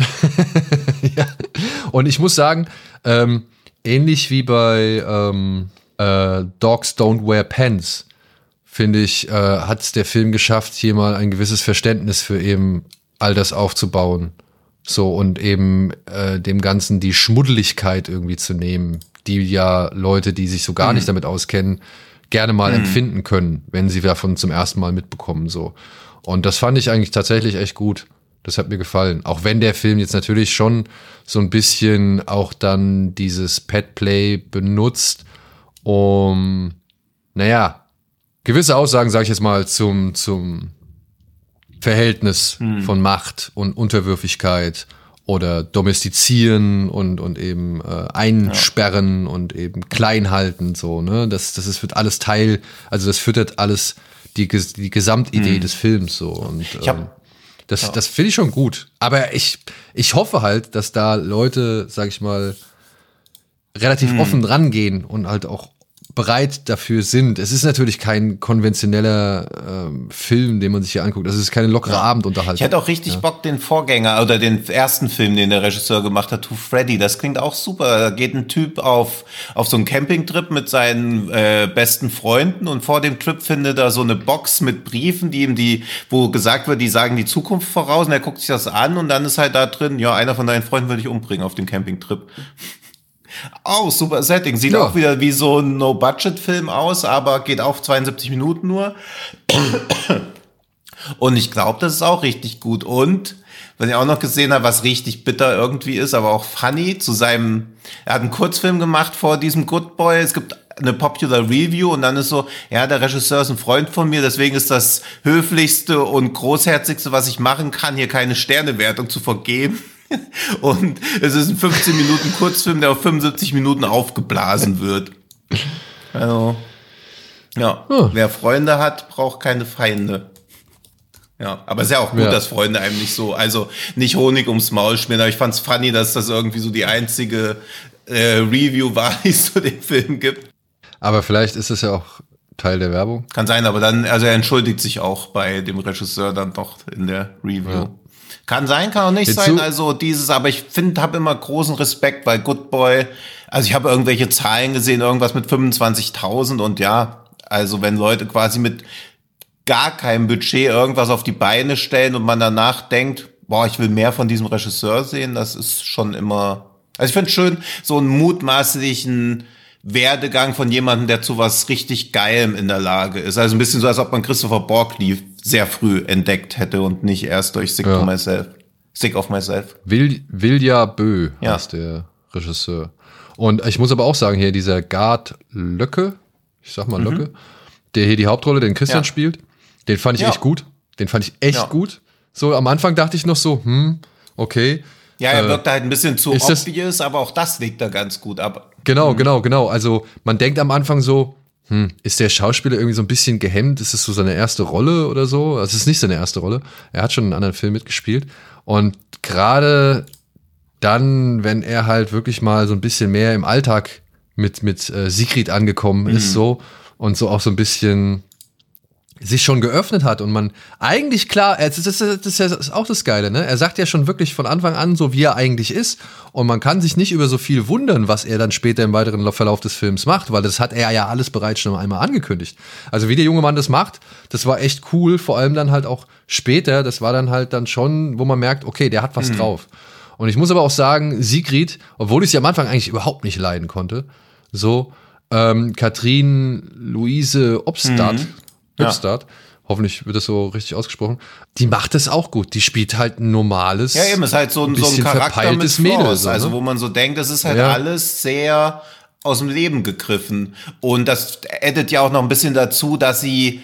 Ja. Und ich muss sagen, ähm, ähnlich wie bei ähm, äh, Dogs Don't Wear Pants, finde ich, äh, hat es der Film geschafft, hier mal ein gewisses Verständnis für eben all das aufzubauen. So, und eben äh, dem Ganzen die Schmuddeligkeit irgendwie zu nehmen, die ja Leute, die sich so gar nicht damit auskennen, gerne mal empfinden können, wenn sie davon zum ersten Mal mitbekommen. So. Und das fand ich eigentlich tatsächlich echt gut. Das hat mir gefallen. Auch wenn der Film jetzt natürlich schon so ein bisschen auch dann dieses Pet-Play benutzt, um, naja, gewisse Aussagen, sage ich jetzt mal, zum, zum Verhältnis von Macht und Unterwürfigkeit oder domestizieren und, und eben äh, einsperren und eben klein halten, so, ne? Das, das ist, wird alles Teil, also das füttert alles die, Ges- die Gesamtidee des Films so. Und Ich hab- ähm, das, das finde ich schon gut. Aber ich, ich hoffe halt, dass da Leute, sag ich mal, relativ offen rangehen und halt auch bereit dafür sind. Es ist natürlich kein konventioneller ähm, Film, den man sich hier anguckt. Das ist keine lockere Abendunterhaltung. Ich hätte auch richtig Bock, den Vorgänger oder den ersten Film, den der Regisseur gemacht hat, To Freddy. Das klingt auch super. Da geht ein Typ auf, auf so einen Campingtrip mit seinen äh, besten Freunden und vor dem Trip findet er so eine Box mit Briefen, die ihm die, wo gesagt wird, die sagen die Zukunft voraus, und er guckt sich das an und dann ist halt da drin, ja, einer von deinen Freunden würde ich umbringen auf dem Campingtrip. Oh, super Setting. Sieht Ja. auch wieder wie so ein No-Budget-Film aus, aber geht auch zweiundsiebzig Minuten nur. Und ich glaube, das ist auch richtig gut. Und, was ich auch noch gesehen habe, was richtig bitter irgendwie ist, aber auch funny, zu seinem, er hat einen Kurzfilm gemacht vor diesem Good Boy. Es gibt eine Popular Review und dann ist so, ja, der Regisseur ist ein Freund von mir, deswegen ist das höflichste und großherzigste, was ich machen kann, hier keine Sternewertung zu vergeben. Und es ist ein fünfzehn Minuten Kurzfilm, der auf fünfundsiebzig Minuten aufgeblasen wird. Also, ja, Hm. wer Freunde hat, braucht keine Feinde. Ja, aber es ist ja auch gut, Ja. dass Freunde einem nicht so, also nicht Honig ums Maul schmieren, aber ich fand's funny, dass das irgendwie so die einzige äh, Review war, die es zu dem Film gibt. Aber vielleicht ist es ja auch Teil der Werbung. Kann sein, aber dann, also er entschuldigt sich auch bei dem Regisseur dann doch in der Review. Ja. Kann sein, kann auch nicht Jetzt sein. so- Also dieses, aber ich finde, habe immer großen Respekt, weil Good Boy, also ich habe irgendwelche Zahlen gesehen, irgendwas mit fünfundzwanzigtausend und ja, also wenn Leute quasi mit gar keinem Budget irgendwas auf die Beine stellen und man danach denkt, boah, ich will mehr von diesem Regisseur sehen, das ist schon immer, Also ich finde schön, so einen mutmaßlichen Werdegang von jemandem, der zu was richtig Geilem in der Lage ist. Also ein bisschen so, als ob man Christopher Borgli sehr früh entdeckt hätte und nicht erst durch Sick Ja. of Myself. Sick of Myself. Vil, Vilja Bö Ja. heißt der Regisseur. Und ich muss aber auch sagen, hier dieser Gard Löcke, ich sag mal Löcke, der hier die Hauptrolle, den Christian Ja. spielt, den fand ich Ja. echt gut. Den fand ich echt Ja. gut. So, am Anfang dachte ich noch so, hm, okay. Ja, er Äh, wirkt halt ein bisschen zu ist das- obvious, aber auch das legt er ganz gut ab. Genau, genau, genau. Also man denkt am Anfang so, hm, ist der Schauspieler irgendwie so ein bisschen gehemmt? Ist es so seine erste Rolle oder so? Also es ist nicht seine erste Rolle. Er hat schon in einem anderen Film mitgespielt. Und gerade dann, wenn er halt wirklich mal so ein bisschen mehr im Alltag mit, mit äh, Sigrid angekommen ist so und so auch so ein bisschen sich schon geöffnet hat und man eigentlich klar, das ist, das ist ja auch das Geile, ne? Er sagt ja schon wirklich von Anfang an so, wie er eigentlich ist und man kann sich nicht über so viel wundern, was er dann später im weiteren Verlauf des Films macht, weil das hat er ja alles bereits schon einmal angekündigt. Also wie der junge Mann das macht, das war echt cool, vor allem dann halt auch später, das war dann halt dann schon, wo man merkt, okay, der hat was drauf. Und ich muss aber auch sagen, Sigrid, obwohl ich sie am Anfang eigentlich überhaupt nicht leiden konnte, so, ähm, Katrin Luise Obstadt, Ja. Obstadt, hoffentlich wird das so richtig ausgesprochen, die macht das auch gut. Die spielt halt ein normales, Ja, eben, ist halt so ein, so ein bisschen Charakter mit verpeiltes Mädel, Flaws, so, ne? also wo man so denkt, das ist halt Ja. alles sehr aus dem Leben gegriffen. Und das addet ja auch noch ein bisschen dazu, dass sie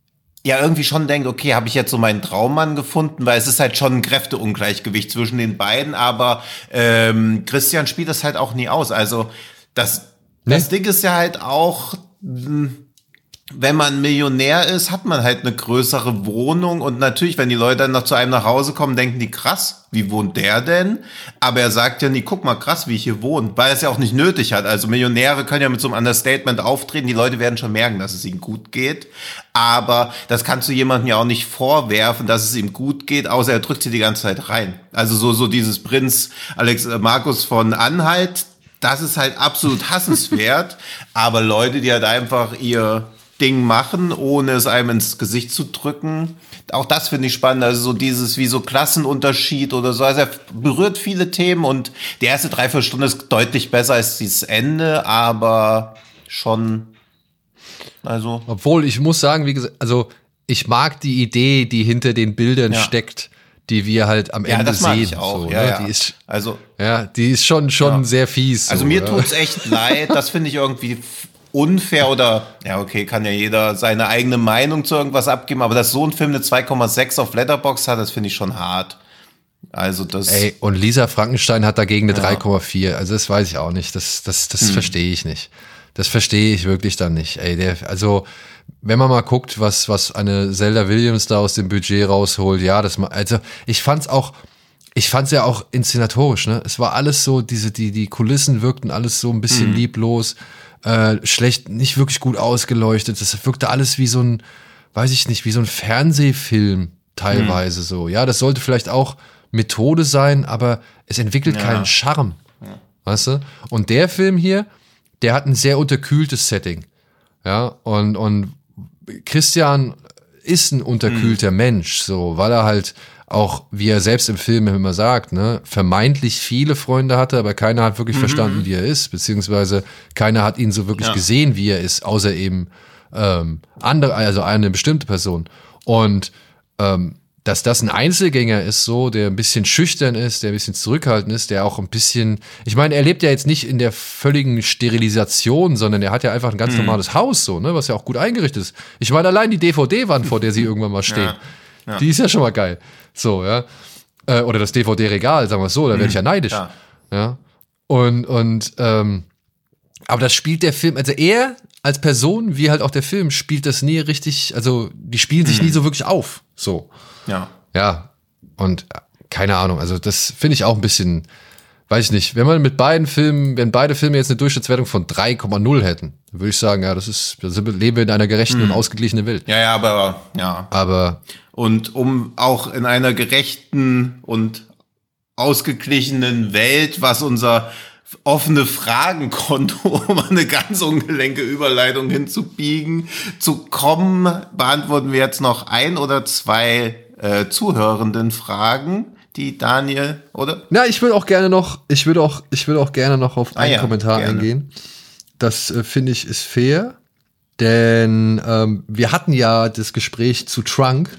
ja irgendwie schon denkt, okay, habe ich jetzt so meinen Traummann gefunden, weil es ist halt schon ein Kräfteungleichgewicht zwischen den beiden, aber ähm, Christian spielt das halt auch nie aus. Also das, Nee. das Ding ist ja halt auch, mh, wenn man Millionär ist, hat man halt eine größere Wohnung und natürlich, wenn die Leute dann noch zu einem nach Hause kommen, denken die, krass, wie wohnt der denn? Aber er sagt ja nie, guck mal, krass, wie ich hier wohne, weil er es ja auch nicht nötig hat. Also Millionäre können ja mit so einem Understatement auftreten, die Leute werden schon merken, dass es ihnen gut geht, aber das kannst du jemandem ja auch nicht vorwerfen, dass es ihm gut geht, außer er drückt sie die ganze Zeit rein. Also so, so dieses Prinz Alex äh, Markus von Anhalt, das ist halt absolut hassenswert, aber Leute, die halt einfach ihr Ding machen, ohne es einem ins Gesicht zu drücken. Auch das finde ich spannend, also so dieses wie so Klassenunterschied oder so. Also er berührt viele Themen und die erste Dreiviertelstunde ist deutlich besser als dieses Ende, aber schon, also. Obwohl, ich muss sagen, wie gesagt, also ich mag die Idee, die hinter den Bildern Ja. steckt, die wir halt am Ja, Ende das mag sehen. ich auch. So, ja, ne? ja. Die ist, also, ja, die ist schon, schon Ja. sehr fies. also so, mir ja. tut's echt leid. Das finde ich irgendwie f- unfair oder, ja, okay, kann ja jeder seine eigene Meinung zu irgendwas abgeben, aber dass so ein Film eine zwei Komma sechs auf Letterboxd hat, das finde ich schon hart. Also das. Ey, und Lisa Frankenstein hat dagegen eine drei Komma vier. Also das weiß ich auch nicht. Das, das, das Hm. verstehe ich nicht. Das verstehe ich wirklich dann nicht. Ey, der, also wenn man mal guckt, was, was eine Zelda Williams da aus dem Budget rausholt, ja, das, ma- also ich fand's auch, ich fand's ja auch inszenatorisch, ne? Es war alles so, diese, die, die Kulissen wirkten alles so ein bisschen lieblos, äh, schlecht, nicht wirklich gut ausgeleuchtet. Das wirkte alles wie so ein, weiß ich nicht, wie so ein Fernsehfilm teilweise so. Ja, das sollte vielleicht auch Methode sein, aber es entwickelt Ja. keinen Charme. Weißt du? Und der Film hier, der hat ein sehr unterkühltes Setting. Ja, und, und Christian ist ein unterkühlter Mensch, so, weil er halt auch, wie er selbst im Film immer sagt, ne, vermeintlich viele Freunde hatte, aber keiner hat wirklich verstanden, wie er ist, beziehungsweise keiner hat ihn so wirklich Ja. gesehen, wie er ist, außer eben ähm, andere, also eine bestimmte Person. Und ähm, dass das ein Einzelgänger ist, so, der ein bisschen schüchtern ist, der ein bisschen zurückhaltend ist, der auch ein bisschen, ich meine, er lebt ja jetzt nicht in der völligen Sterilisation, sondern er hat ja einfach ein ganz normales Haus, so, ne, was ja auch gut eingerichtet ist. Ich meine, allein die D V D-Wand, vor der sie irgendwann mal steht, Ja, ja. die ist ja schon mal geil. So, ja. Äh, oder das D V D-Regal, sagen wir es so, da werde ich ja neidisch. Ja. Ja. Und, und, ähm, aber das spielt der Film, also er als Person, wie halt auch der Film, spielt das nie richtig, also die spielen sich nie so wirklich auf. So. Ja. Ja, und äh, keine Ahnung, also das finde ich auch ein bisschen, weiß ich nicht, wenn man mit beiden Filmen, wenn beide Filme jetzt eine Durchschnittswertung von drei Komma null hätten, würde ich sagen, ja, das ist, da sind wir- leben wir in einer gerechten und ausgeglichenen Welt. Ja, ja, aber, ja. Aber Und um auch in einer gerechten und ausgeglichenen Welt, was unser offene Fragenkonto, um eine ganz ungelenke Überleitung hinzubiegen, zu kommen, beantworten wir jetzt noch ein oder zwei äh, zuhörenden Fragen, die Daniel, oder? Na, ich würde auch gerne noch, ich würde auch, ich würde auch gerne noch auf einen ah, ja, Kommentar gerne. eingehen. Das äh, finde ich ist fair, denn ähm, wir hatten ja das Gespräch zu Trunk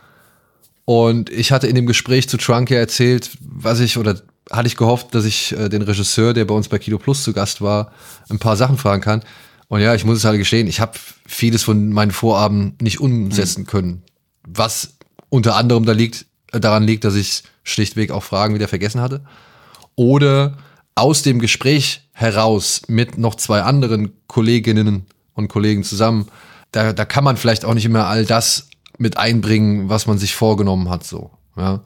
und ich hatte in dem Gespräch zu Trunk ja erzählt, was ich oder hatte ich gehofft, dass ich äh, den Regisseur, der bei uns bei Kino Plus zu Gast war, ein paar Sachen fragen kann. Und ja, ich muss es halt gestehen, ich habe vieles von meinen Vorhaben nicht umsetzen mhm. können. Was unter anderem da liegt, äh, daran liegt, dass ich schlichtweg auch Fragen wieder vergessen hatte. Oder aus dem Gespräch heraus mit noch zwei anderen Kolleginnen und Kollegen zusammen, da, da kann man vielleicht auch nicht immer all das mit einbringen, was man sich vorgenommen hat. So, ja.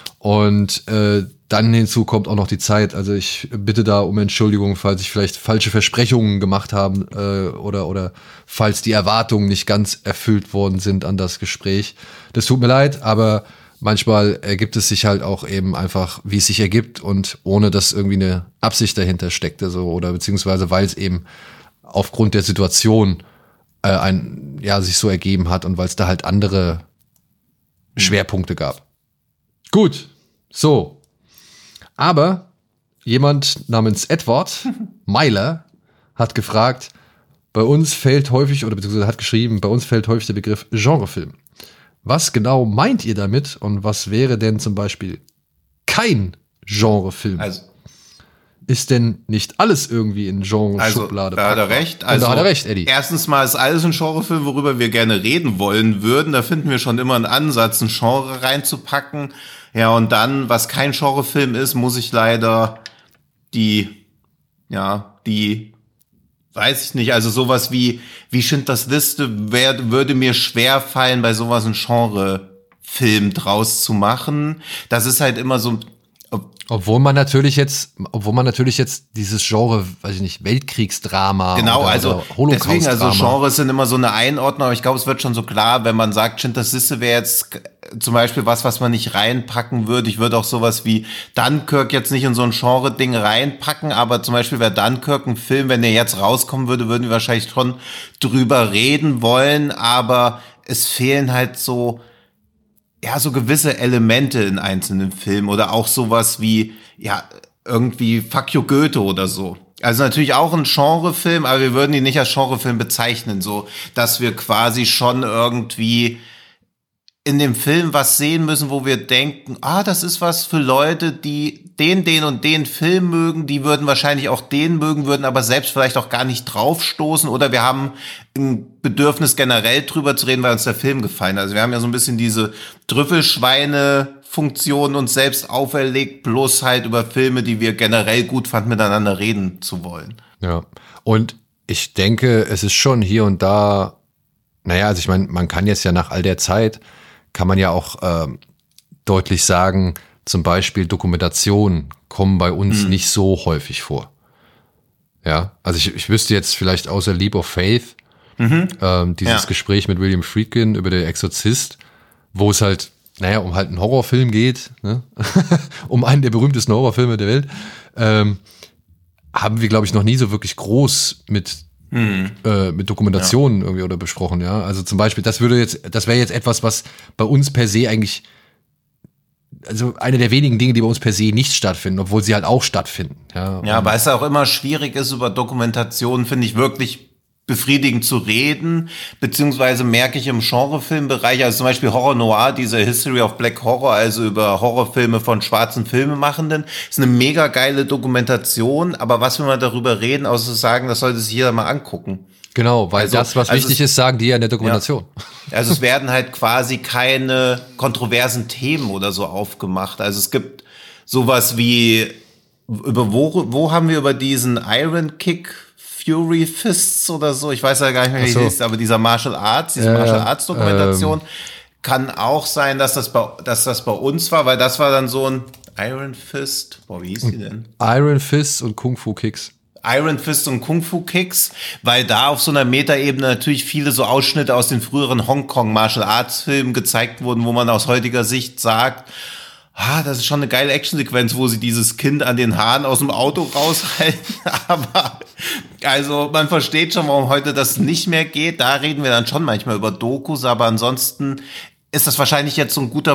Und äh, dann hinzu kommt auch noch die Zeit. Also ich bitte da um Entschuldigung, falls ich vielleicht falsche Versprechungen gemacht habe äh, oder oder falls die Erwartungen nicht ganz erfüllt worden sind an das Gespräch. Das tut mir leid, aber manchmal ergibt es sich halt auch eben einfach, wie es sich ergibt und ohne dass irgendwie eine Absicht dahinter steckte so oder beziehungsweise weil es eben aufgrund der Situation äh, ein ja sich so ergeben hat und weil es da halt andere Schwerpunkte gab. Gut, so. Aber jemand namens Edward Meiler hat gefragt, bei uns fällt häufig, oder beziehungsweise hat geschrieben, bei uns fällt häufig der Begriff Genrefilm. Was genau meint ihr damit und was wäre denn zum Beispiel kein Genrefilm? Also, ist denn nicht alles irgendwie in Genre-Schublade? Also, da hat er recht. Also, da hat er recht, Eddie. Erstens mal ist alles ein Genrefilm, worüber wir gerne reden wollen würden. Da finden wir schon immer einen Ansatz, ein Genre reinzupacken. Ja, und dann, was kein Genrefilm ist, muss ich leider die, ja, die, weiß ich nicht, also sowas wie, wie Schindlers Liste wär, würde mir schwer fallen, bei sowas einen Genrefilm draus zu machen. Das ist halt immer so, Obwohl man natürlich jetzt, obwohl man natürlich jetzt dieses Genre, weiß ich nicht, Weltkriegsdrama genau, oder, also oder Holocaust-Drama. Deswegen, also Genres sind immer so eine Einordnung, aber ich glaube, es wird schon so klar, wenn man sagt, Schindlers Liste wäre jetzt zum Beispiel was, was man nicht reinpacken würde. Ich würde auch sowas wie Dunkirk jetzt nicht in so ein Genre-Ding reinpacken, aber zum Beispiel wäre Dunkirk ein Film, wenn der jetzt rauskommen würde, würden wir wahrscheinlich schon drüber reden wollen, aber es fehlen halt so ja, so gewisse Elemente in einzelnen Filmen oder auch sowas wie, ja, irgendwie Fuck You Goethe oder so. Also natürlich auch ein Genrefilm, aber wir würden ihn nicht als Genrefilm bezeichnen, so, dass wir quasi schon irgendwie in dem Film was sehen müssen, wo wir denken, ah, das ist was für Leute, die den, den und den Film mögen, die würden wahrscheinlich auch den mögen, würden aber selbst vielleicht auch gar nicht draufstoßen oder wir haben ein Bedürfnis generell drüber zu reden, weil uns der Film gefallen hat. Also wir haben ja so ein bisschen diese Trüffelschweine-Funktion uns selbst auferlegt, bloß halt über Filme, die wir generell gut fanden, miteinander reden zu wollen. Ja, und ich denke, es ist schon hier und da, naja, also ich meine, man kann jetzt ja nach all der Zeit kann man ja auch ähm, deutlich sagen, zum Beispiel Dokumentationen kommen bei uns mhm. nicht so häufig vor. Ja, also ich, ich wüsste jetzt vielleicht außer Leap of Faith, mhm. ähm, dieses ja. Gespräch mit William Friedkin über Der Exorzist, wo es halt, naja, um halt einen Horrorfilm geht, ne? um einen der berühmtesten Horrorfilme der Welt, ähm, haben wir, glaube ich, noch nie so wirklich groß mit Mhm. Äh, mit Dokumentationen ja. irgendwie oder besprochen, ja. Also zum Beispiel, das würde jetzt, das wäre jetzt etwas, was bei uns per se eigentlich, also eine der wenigen Dinge, die bei uns per se nicht stattfinden, obwohl sie halt auch stattfinden. Ja, ja, weil es auch immer schwierig ist, über Dokumentationen, finde ich, wirklich befriedigend zu reden, beziehungsweise merke ich im Genrefilmbereich, also zum Beispiel Horror Noir, diese History of Black Horror, also über Horrorfilme von schwarzen Filmemachenden, ist eine mega geile Dokumentation, aber was will man darüber reden, außer zu sagen, das sollte sich jeder mal angucken. Genau, weil also, das, was also wichtig es, ist, sagen die ja in der Dokumentation. Ja. Also es werden halt quasi keine kontroversen Themen oder so aufgemacht. Also es gibt sowas wie, über wo, wo haben wir über diesen Iron Kick Fury Fists oder so, ich weiß ja gar nicht mehr, wie so. Die hieß, aber dieser Martial Arts, diese äh, Martial Arts Dokumentation, ähm. kann auch sein, dass das, bei, dass das bei uns war, weil das war dann so ein Iron Fist, boah, wie hieß die denn? Iron Fist und Kung Fu Kicks. Iron Fist und Kung Fu Kicks, weil da auf so einer Metaebene natürlich viele so Ausschnitte aus den früheren Hongkong Martial Arts Filmen gezeigt wurden, wo man aus heutiger Sicht sagt, ah, das ist schon eine geile Actionsequenz, wo sie dieses Kind an den Haaren aus dem Auto raushalten. Aber also man versteht schon, warum heute das nicht mehr geht. Da reden wir dann schon manchmal über Dokus, aber ansonsten ist das wahrscheinlich jetzt so ein guter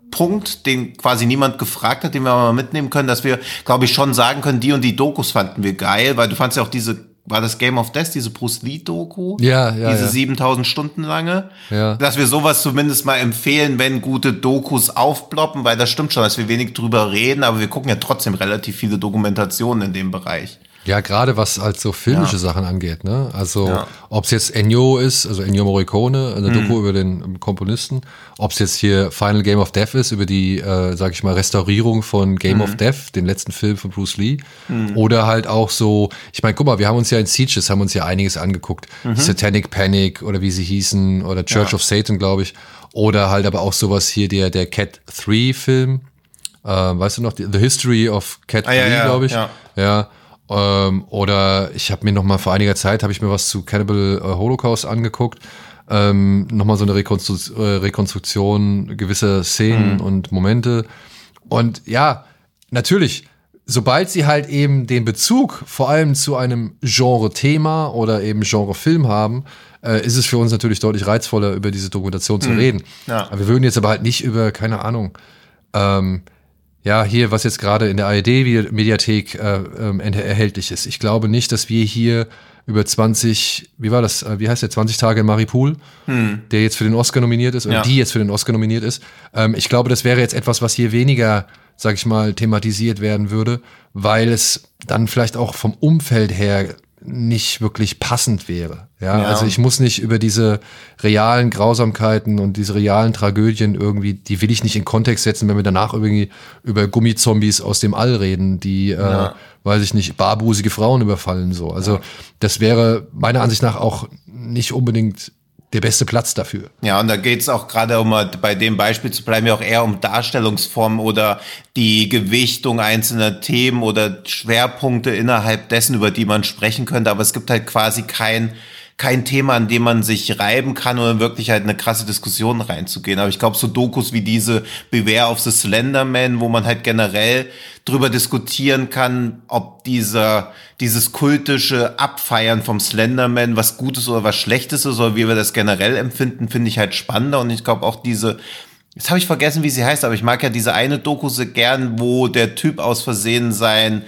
Punkt, den quasi niemand gefragt hat, den wir mal mitnehmen können, dass wir, glaube ich, schon sagen können, die und die Dokus fanden wir geil, weil du fandst ja auch diese, war das Game of Death, diese Bruce Lee-Doku? Ja, ja. Diese ja. siebentausend Stunden lange. Ja. Dass wir sowas zumindest mal empfehlen, wenn gute Dokus aufploppen, weil das stimmt schon, dass wir wenig drüber reden, aber wir gucken ja trotzdem relativ viele Dokumentationen in dem Bereich. Ja, gerade was halt so filmische Ja. Sachen angeht, ne? Also, Ja. ob es jetzt Ennio ist, also Ennio Morricone, eine Doku über den Komponisten, ob es jetzt hier Final Game of Death ist, über die, äh, sag ich mal, Restaurierung von Game of Death, den letzten Film von Bruce Lee, oder halt auch so, ich meine, guck mal, wir haben uns ja in Sieges, haben uns ja einiges angeguckt, Satanic Panic oder wie sie hießen, oder Church Ja. of Satan, glaube ich, oder halt aber auch sowas hier, der, der Cat drei Film, äh, weißt du noch, The History of Cat Ah, ja, drei, ja, glaube ich, ja. ja. Ähm, oder ich habe mir noch mal vor einiger Zeit habe ich mir was zu Cannibal äh, Holocaust angeguckt, ähm, noch mal so eine Rekonstru- äh, Rekonstruktion gewisser Szenen Mhm. und Momente. Und ja, natürlich, sobald sie halt eben den Bezug vor allem zu einem Genre-Thema oder eben Genre-Film haben, äh, ist es für uns natürlich deutlich reizvoller, über diese Dokumentation zu reden. Ja. Aber wir würden jetzt aber halt nicht über, keine Ahnung, ähm, ja, hier, was jetzt gerade in der A R D-Mediathek äh, ähm, erhältlich ist. Ich glaube nicht, dass wir hier über zwanzig, wie war das, äh, wie heißt der, zwanzig Tage in Maripol, hm. der jetzt für den Oscar nominiert ist, oder Ja. die jetzt für den Oscar nominiert ist. Ähm, ich glaube, das wäre jetzt etwas, was hier weniger, sag ich mal, thematisiert werden würde, weil es dann vielleicht auch vom Umfeld her nicht wirklich passend wäre. Ja, Ja. also ich muss nicht über diese realen Grausamkeiten und diese realen Tragödien irgendwie, die will ich nicht in Kontext setzen, wenn wir danach irgendwie über Gummizombies aus dem All reden, die, Ja. äh, weiß ich nicht, barbusige Frauen überfallen, so. Also, ja. das wäre meiner Ansicht nach auch nicht unbedingt der beste Platz dafür. Ja, und da geht's auch gerade, um mal bei dem Beispiel zu bleiben, ja auch eher um Darstellungsformen oder die Gewichtung einzelner Themen oder Schwerpunkte innerhalb dessen, über die man sprechen könnte. Aber es gibt halt quasi kein kein Thema, an dem man sich reiben kann oder wirklich halt eine krasse Diskussion reinzugehen. Aber ich glaube, so Dokus wie diese Beware of the Slender Man, wo man halt generell drüber diskutieren kann, ob dieser dieses kultische Abfeiern vom Slenderman was Gutes oder was Schlechtes ist oder wie wir das generell empfinden, finde ich halt spannender. Und ich glaube auch diese, jetzt habe ich vergessen, wie sie heißt, aber ich mag ja diese eine Doku so gern, wo der Typ aus Versehen sein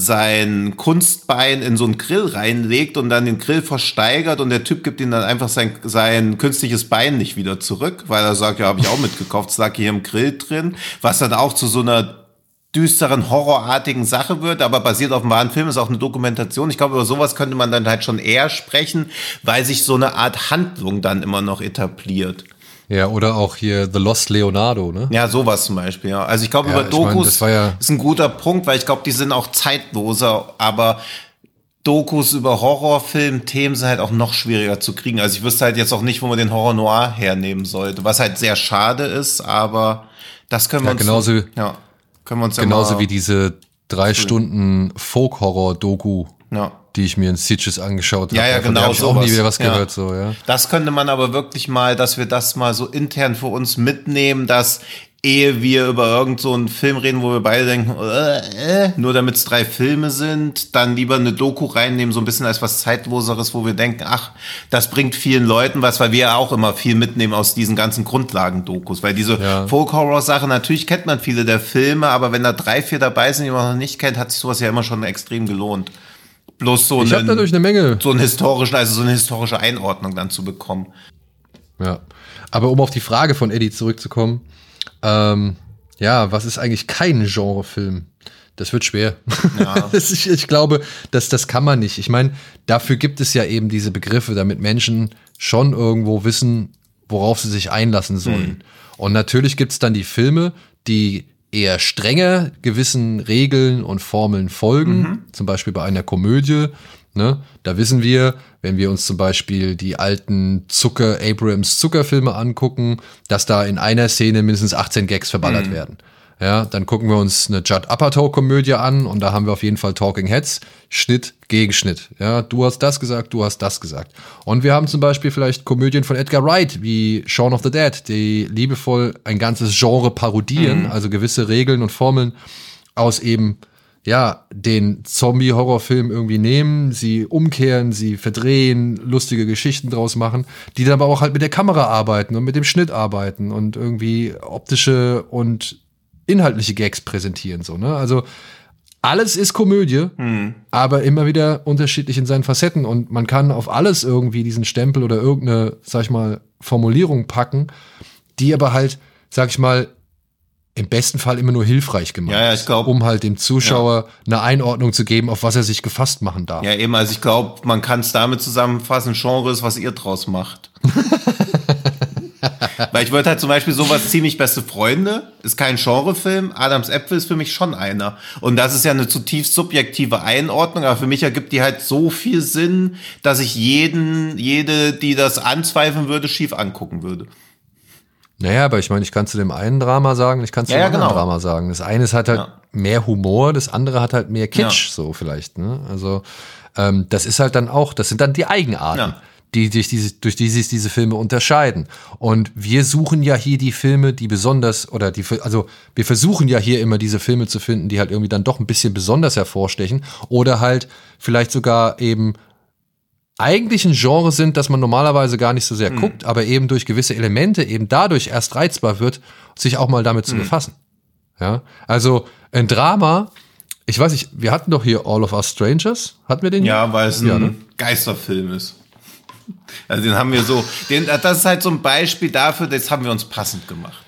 sein Kunstbein in so einen Grill reinlegt und dann den Grill versteigert und der Typ gibt ihm dann einfach sein sein künstliches Bein nicht wieder zurück, weil er sagt, ja, habe ich auch mitgekauft, es lag hier im Grill drin, was dann auch zu so einer düsteren, horrorartigen Sache wird, aber basiert auf einem wahren Film, ist auch eine Dokumentation. Ich glaube, über sowas könnte man dann halt schon eher sprechen, weil sich so eine Art Handlung dann immer noch etabliert. Ja, oder auch hier The Lost Leonardo, ne? Ja, sowas zum Beispiel, ja. Also ich glaube, Ja, über ich mein, Dokus das war ja- ist ein guter Punkt, weil ich glaube, die sind auch zeitloser, aber Dokus über Horrorfilm-Themen sind halt auch noch schwieriger zu kriegen. Also ich wüsste halt jetzt auch nicht, wo man den Horror Noir hernehmen sollte, was halt sehr schade ist, aber das können wir Ja, uns... genauso, ja, können wir uns genauso ja mal, wie diese drei Stunden Folk-Horror-Doku, ja. die ich mir in Sitges angeschaut habe. Ja, ja, Von der genau, hab ich auch sowas. nie wieder was Ja. gehört, so, ja. Das könnte man aber wirklich mal, dass wir das mal so intern für uns mitnehmen, dass ehe wir über irgend so einen Film reden, wo wir beide denken, äh, äh, nur damit es drei Filme sind, dann lieber eine Doku reinnehmen, so ein bisschen als was Zeitloseres, wo wir denken, ach, das bringt vielen Leuten was, weil wir ja auch immer viel mitnehmen aus diesen ganzen Grundlagen-Dokus, weil diese Ja. Folk-Horror-Sache, natürlich kennt man viele der Filme, aber wenn da drei, vier dabei sind, die man noch nicht kennt, hat sich sowas ja immer schon extrem gelohnt. Bloß so Ich habe einen- dadurch eine Menge. so einen historischen, also so eine historische Einordnung dann zu bekommen. Ja. Aber um auf die Frage von Eddie zurückzukommen, ähm, ja, was ist eigentlich kein Genrefilm? Das wird schwer. Ja. Das ist, ich glaube, das, das kann man nicht. Ich meine, dafür gibt es ja eben diese Begriffe, damit Menschen schon irgendwo wissen, worauf sie sich einlassen sollen. Und natürlich gibt es dann die Filme, die eher strenger gewissen Regeln und Formeln folgen, zum Beispiel bei einer Komödie. Ne? Da wissen wir, wenn wir uns zum Beispiel die alten Zucker, Abrams Zuckerfilme angucken, dass da in einer Szene mindestens achtzehn Gags verballert werden. Ja, dann gucken wir uns eine Judd Apatow-Komödie an und da haben wir auf jeden Fall Talking Heads, Schnitt gegen Schnitt. Ja, du hast das gesagt, du hast das gesagt. Und wir haben zum Beispiel vielleicht Komödien von Edgar Wright, wie Shaun of the Dead, die liebevoll ein ganzes Genre parodieren, also gewisse Regeln und Formeln aus eben ja, den Zombie-Horrorfilm irgendwie nehmen, sie umkehren, sie verdrehen, lustige Geschichten draus machen, die dann aber auch halt mit der Kamera arbeiten und mit dem Schnitt arbeiten und irgendwie optische und inhaltliche Gags präsentieren, so, ne? Also, alles ist Komödie, hm. aber immer wieder unterschiedlich in seinen Facetten und man kann auf alles irgendwie diesen Stempel oder irgendeine, sag ich mal, Formulierung packen, die aber halt, sag ich mal, im besten Fall immer nur hilfreich gemacht ja, ja, ich glaub, ist, um halt dem Zuschauer ja. eine Einordnung zu geben, auf was er sich gefasst machen darf. Ja, eben, also ich glaube, man kann es damit zusammenfassen, Genre ist, was ihr draus macht. Weil ich würde halt zum Beispiel sowas ziemlich Beste Freunde, ist kein Genrefilm, Adams Äpfel ist für mich schon einer. Und das ist ja eine zutiefst subjektive Einordnung, aber für mich ergibt die halt so viel Sinn, dass ich jeden, jede, die das anzweifeln würde, schief angucken würde. Naja, aber ich meine, ich kann zu dem einen Drama sagen, ich kann zu ja, dem ja, anderen genau. Drama sagen. Das eine ist halt halt ja. mehr Humor, das andere hat halt mehr Kitsch, ja. so vielleicht. Ne? Also ähm, das ist halt dann auch, das sind dann die Eigenarten, ja. die durch diese, durch die sich diese Filme unterscheiden. Und wir suchen ja hier die Filme, die besonders, oder die, also wir versuchen ja hier immer diese Filme zu finden, die halt irgendwie dann doch ein bisschen besonders hervorstechen oder halt vielleicht sogar eben eigentlich ein Genre sind, das man normalerweise gar nicht so sehr mhm. guckt, aber eben durch gewisse Elemente eben dadurch erst reizbar wird, sich auch mal damit zu mhm. befassen. Ja, also ein Drama, ich weiß nicht, wir hatten doch hier All of Us Strangers, hatten wir den hier? Ja, weil es ein ja, ne? Geisterfilm ist. Also den haben wir so, den, das ist halt so ein Beispiel dafür, das haben wir uns passend gemacht.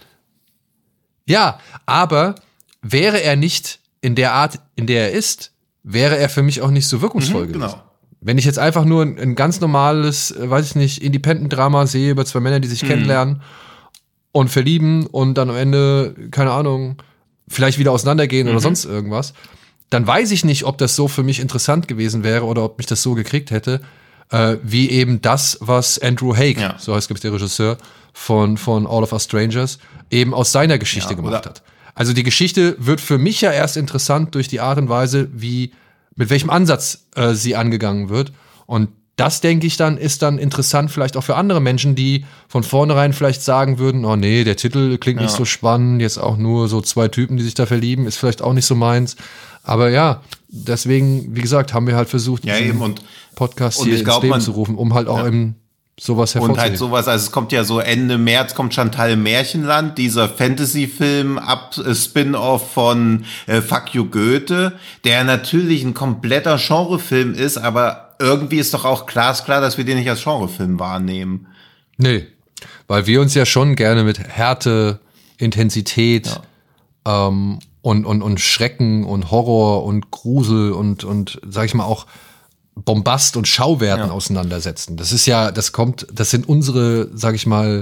Ja, aber wäre er nicht in der Art, in der er ist, wäre er für mich auch nicht so wirkungsvoll mhm, gewesen. Genau. Wenn ich jetzt einfach nur ein, ein ganz normales, weiß ich nicht, Independent-Drama sehe über zwei Männer, die sich mhm. kennenlernen und verlieben und dann am Ende, keine Ahnung, vielleicht wieder auseinandergehen mhm. oder sonst irgendwas, dann weiß ich nicht, ob das so für mich interessant gewesen wäre oder ob mich das so gekriegt hätte, äh, wie eben das, was Andrew Haigh, ja. so heißt, glaube ich, der Regisseur von, von All of Us Strangers, eben aus seiner Geschichte ja, gemacht hat. Also die Geschichte wird für mich ja erst interessant durch die Art und Weise, wie mit welchem Ansatz äh, sie angegangen wird. Und das, denke ich, dann ist dann interessant vielleicht auch für andere Menschen, die von vornherein vielleicht sagen würden, oh nee, der Titel klingt ja. nicht so spannend, jetzt auch nur so zwei Typen, die sich da verlieben, ist vielleicht auch nicht so meins. Aber ja, deswegen, wie gesagt, haben wir halt versucht, ja, eben. Und, Podcast und hier ich glaub, ins Leben man, zu rufen, um halt auch ja. im sowas hervorzuheben. Und halt sowas, also es kommt ja so Ende März, kommt Chantal im Märchenland, dieser Fantasy-Film ab äh, Spin-off von äh, Fuck You Goethe, der natürlich ein kompletter Genrefilm ist, aber irgendwie ist doch auch glasklar, dass wir den nicht als Genrefilm wahrnehmen. Nee, weil wir uns ja schon gerne mit Härte, Intensität ja. ähm, und, und, und Schrecken und Horror und Grusel und, und sag ich mal auch Bombast und Schauwerten ja. auseinandersetzen. Das ist ja, das kommt, das sind unsere, sag ich mal,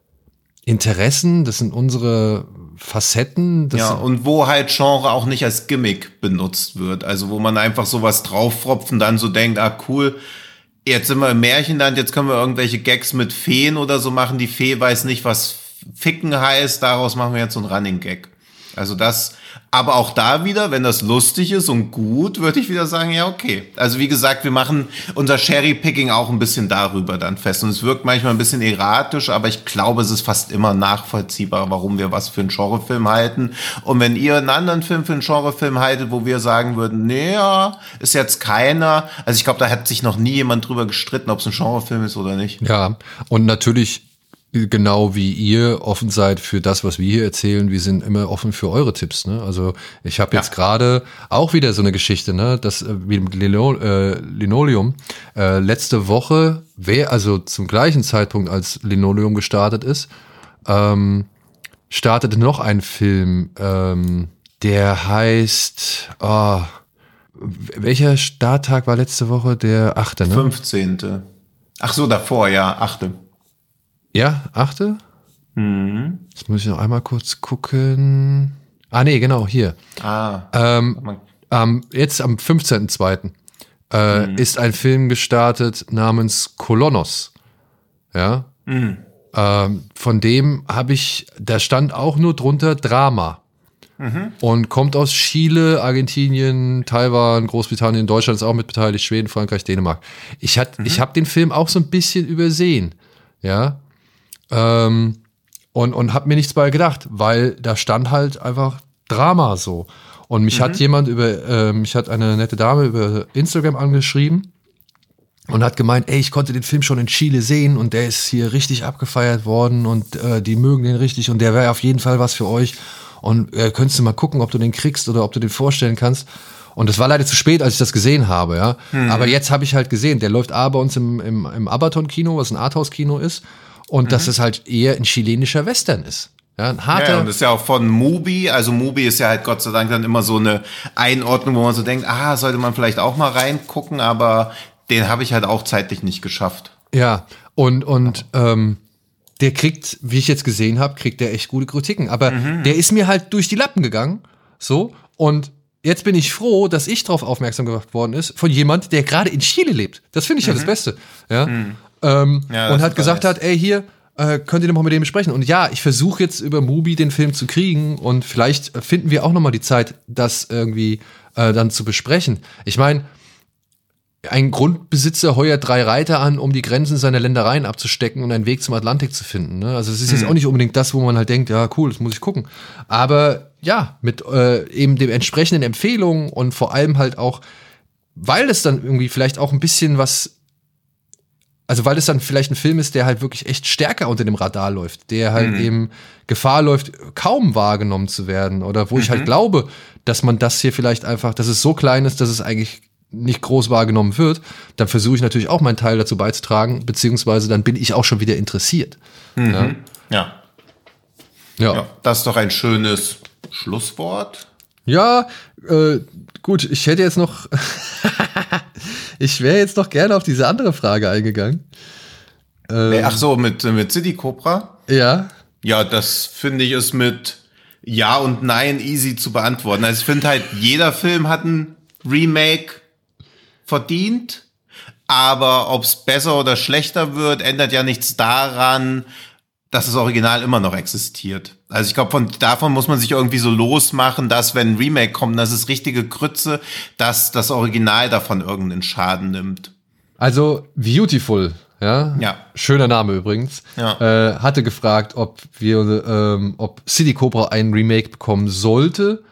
Interessen, das sind unsere Facetten. Das ja, und wo halt Genre auch nicht als Gimmick benutzt wird. Also wo man einfach sowas draufpfropft und dann so denkt, ah cool, jetzt sind wir im Märchenland, jetzt können wir irgendwelche Gags mit Feen oder so machen. Die Fee weiß nicht, was Ficken heißt, daraus machen wir jetzt so einen Running Gag. Also das, aber auch da wieder, wenn das lustig ist und gut, würde ich wieder sagen, ja, okay. Also wie gesagt, wir machen unser Cherry-Picking auch ein bisschen darüber dann fest. Und es wirkt manchmal ein bisschen erratisch, aber ich glaube, es ist fast immer nachvollziehbar, warum wir was für einen Genrefilm halten. Und wenn ihr einen anderen Film für einen Genrefilm haltet, wo wir sagen würden, nee, ja, ist jetzt keiner. Also ich glaube, da hat sich noch nie jemand drüber gestritten, ob es ein Genrefilm ist oder nicht. Ja, und natürlich genau wie ihr offen seid für das, was wir hier erzählen, wir sind immer offen für eure Tipps. Ne? Also ich habe jetzt ja. gerade auch wieder so eine Geschichte, ne, das wie mit Lino, äh, Linoleum. Äh, letzte Woche, wer also zum gleichen Zeitpunkt als Linoleum gestartet ist, ähm, startete noch ein Film, ähm, der heißt, oh, welcher Starttag war letzte Woche? Der achte, ne? fünfzehnte Ach so, davor, ja, achte Ja, achte? Mhm. Jetzt muss ich noch einmal kurz gucken. Ah, nee, genau, hier. Ah. Ähm, ähm, jetzt am fünfzehnten zweiten Äh, mhm. ist ein Film gestartet namens Kolonos. Ja. Mhm. Ähm, von dem habe ich, da stand auch nur drunter Drama. Mhm. Und kommt aus Chile, Argentinien, Taiwan, Großbritannien, Deutschland ist auch mit beteiligt, Schweden, Frankreich, Dänemark. Ich, hat, mhm. ich habe den Film auch so ein bisschen übersehen. Ja. Ähm, und, und hab mir nichts bei gedacht, weil da stand halt einfach Drama so. Und mich Mhm. hat jemand über, äh, mich hat eine nette Dame über Instagram angeschrieben und hat gemeint, ey, ich konnte den Film schon in Chile sehen und der ist hier richtig abgefeiert worden und äh, die mögen den richtig und der wäre auf jeden Fall was für euch. Und äh, könntest du mal gucken, ob du den kriegst oder ob du den vorstellen kannst. Und das war leider zu spät, als ich das gesehen habe, ja. Mhm. Aber jetzt habe ich halt gesehen, der läuft A bei uns im, im, im Abaton-Kino, was ein Arthouse-Kino ist. Und mhm. dass es halt eher ein chilenischer Western ist. Ja, ein harter. Ja, und das ist ja auch von Mubi. Also Mubi ist ja halt Gott sei Dank dann immer so eine Einordnung, wo man so denkt, ah, sollte man vielleicht auch mal reingucken, aber den habe ich halt auch zeitlich nicht geschafft. Ja, und, und ähm, der kriegt, wie ich jetzt gesehen habe, kriegt der echt gute Kritiken. Aber mhm. der ist mir halt durch die Lappen gegangen. So. Und jetzt bin ich froh, dass ich darauf aufmerksam gemacht worden ist von jemand, der gerade in Chile lebt. Das finde ich mhm. ja das Beste. Ja. Mhm. Ähm, ja, und hat gesagt hat, ey, hier, äh, könnt ihr noch mal mit dem besprechen. Und ja, ich versuche jetzt über Mubi den Film zu kriegen und vielleicht finden wir auch noch mal die Zeit, das irgendwie äh, dann zu besprechen. Ich meine, ein Grundbesitzer heuert drei Reiter an, um die Grenzen seiner Ländereien abzustecken und einen Weg zum Atlantik zu finden. Ne? Also es ist jetzt auch nicht unbedingt das, wo man halt denkt, ja cool, das muss ich gucken. Aber ja, mit äh, eben den entsprechenden Empfehlungen und vor allem halt auch, weil es dann irgendwie vielleicht auch ein bisschen was, also weil es dann vielleicht ein Film ist, der halt wirklich echt stärker unter dem Radar läuft, der halt mhm. eben Gefahr läuft, kaum wahrgenommen zu werden. Oder wo mhm. ich halt glaube, dass man das hier vielleicht einfach, dass es so klein ist, dass es eigentlich nicht groß wahrgenommen wird, dann versuche ich natürlich auch meinen Teil dazu beizutragen, beziehungsweise dann bin ich auch schon wieder interessiert. Mhm. Ja. Ja. Ja. ja. Das ist doch ein schönes Schlusswort. Ja, äh, gut, ich hätte jetzt noch, ich wäre jetzt noch gerne auf diese andere Frage eingegangen. Ähm, Ach so, mit, mit City Cobra? Ja. Ja, das finde ich ist mit Ja und Nein easy zu beantworten. Also ich finde halt, jeder Film hat ein Remake verdient, aber ob es besser oder schlechter wird, ändert ja nichts daran, dass das Original immer noch existiert. Also ich glaube, von davon muss man sich irgendwie so losmachen, dass wenn ein Remake kommt, das ist richtige Grütze, dass das Original davon irgendeinen Schaden nimmt. Also Beautiful, ja, ja. schöner Name übrigens, ja. äh, hatte gefragt, ob wir, ähm, ob City Cobra ein Remake bekommen sollte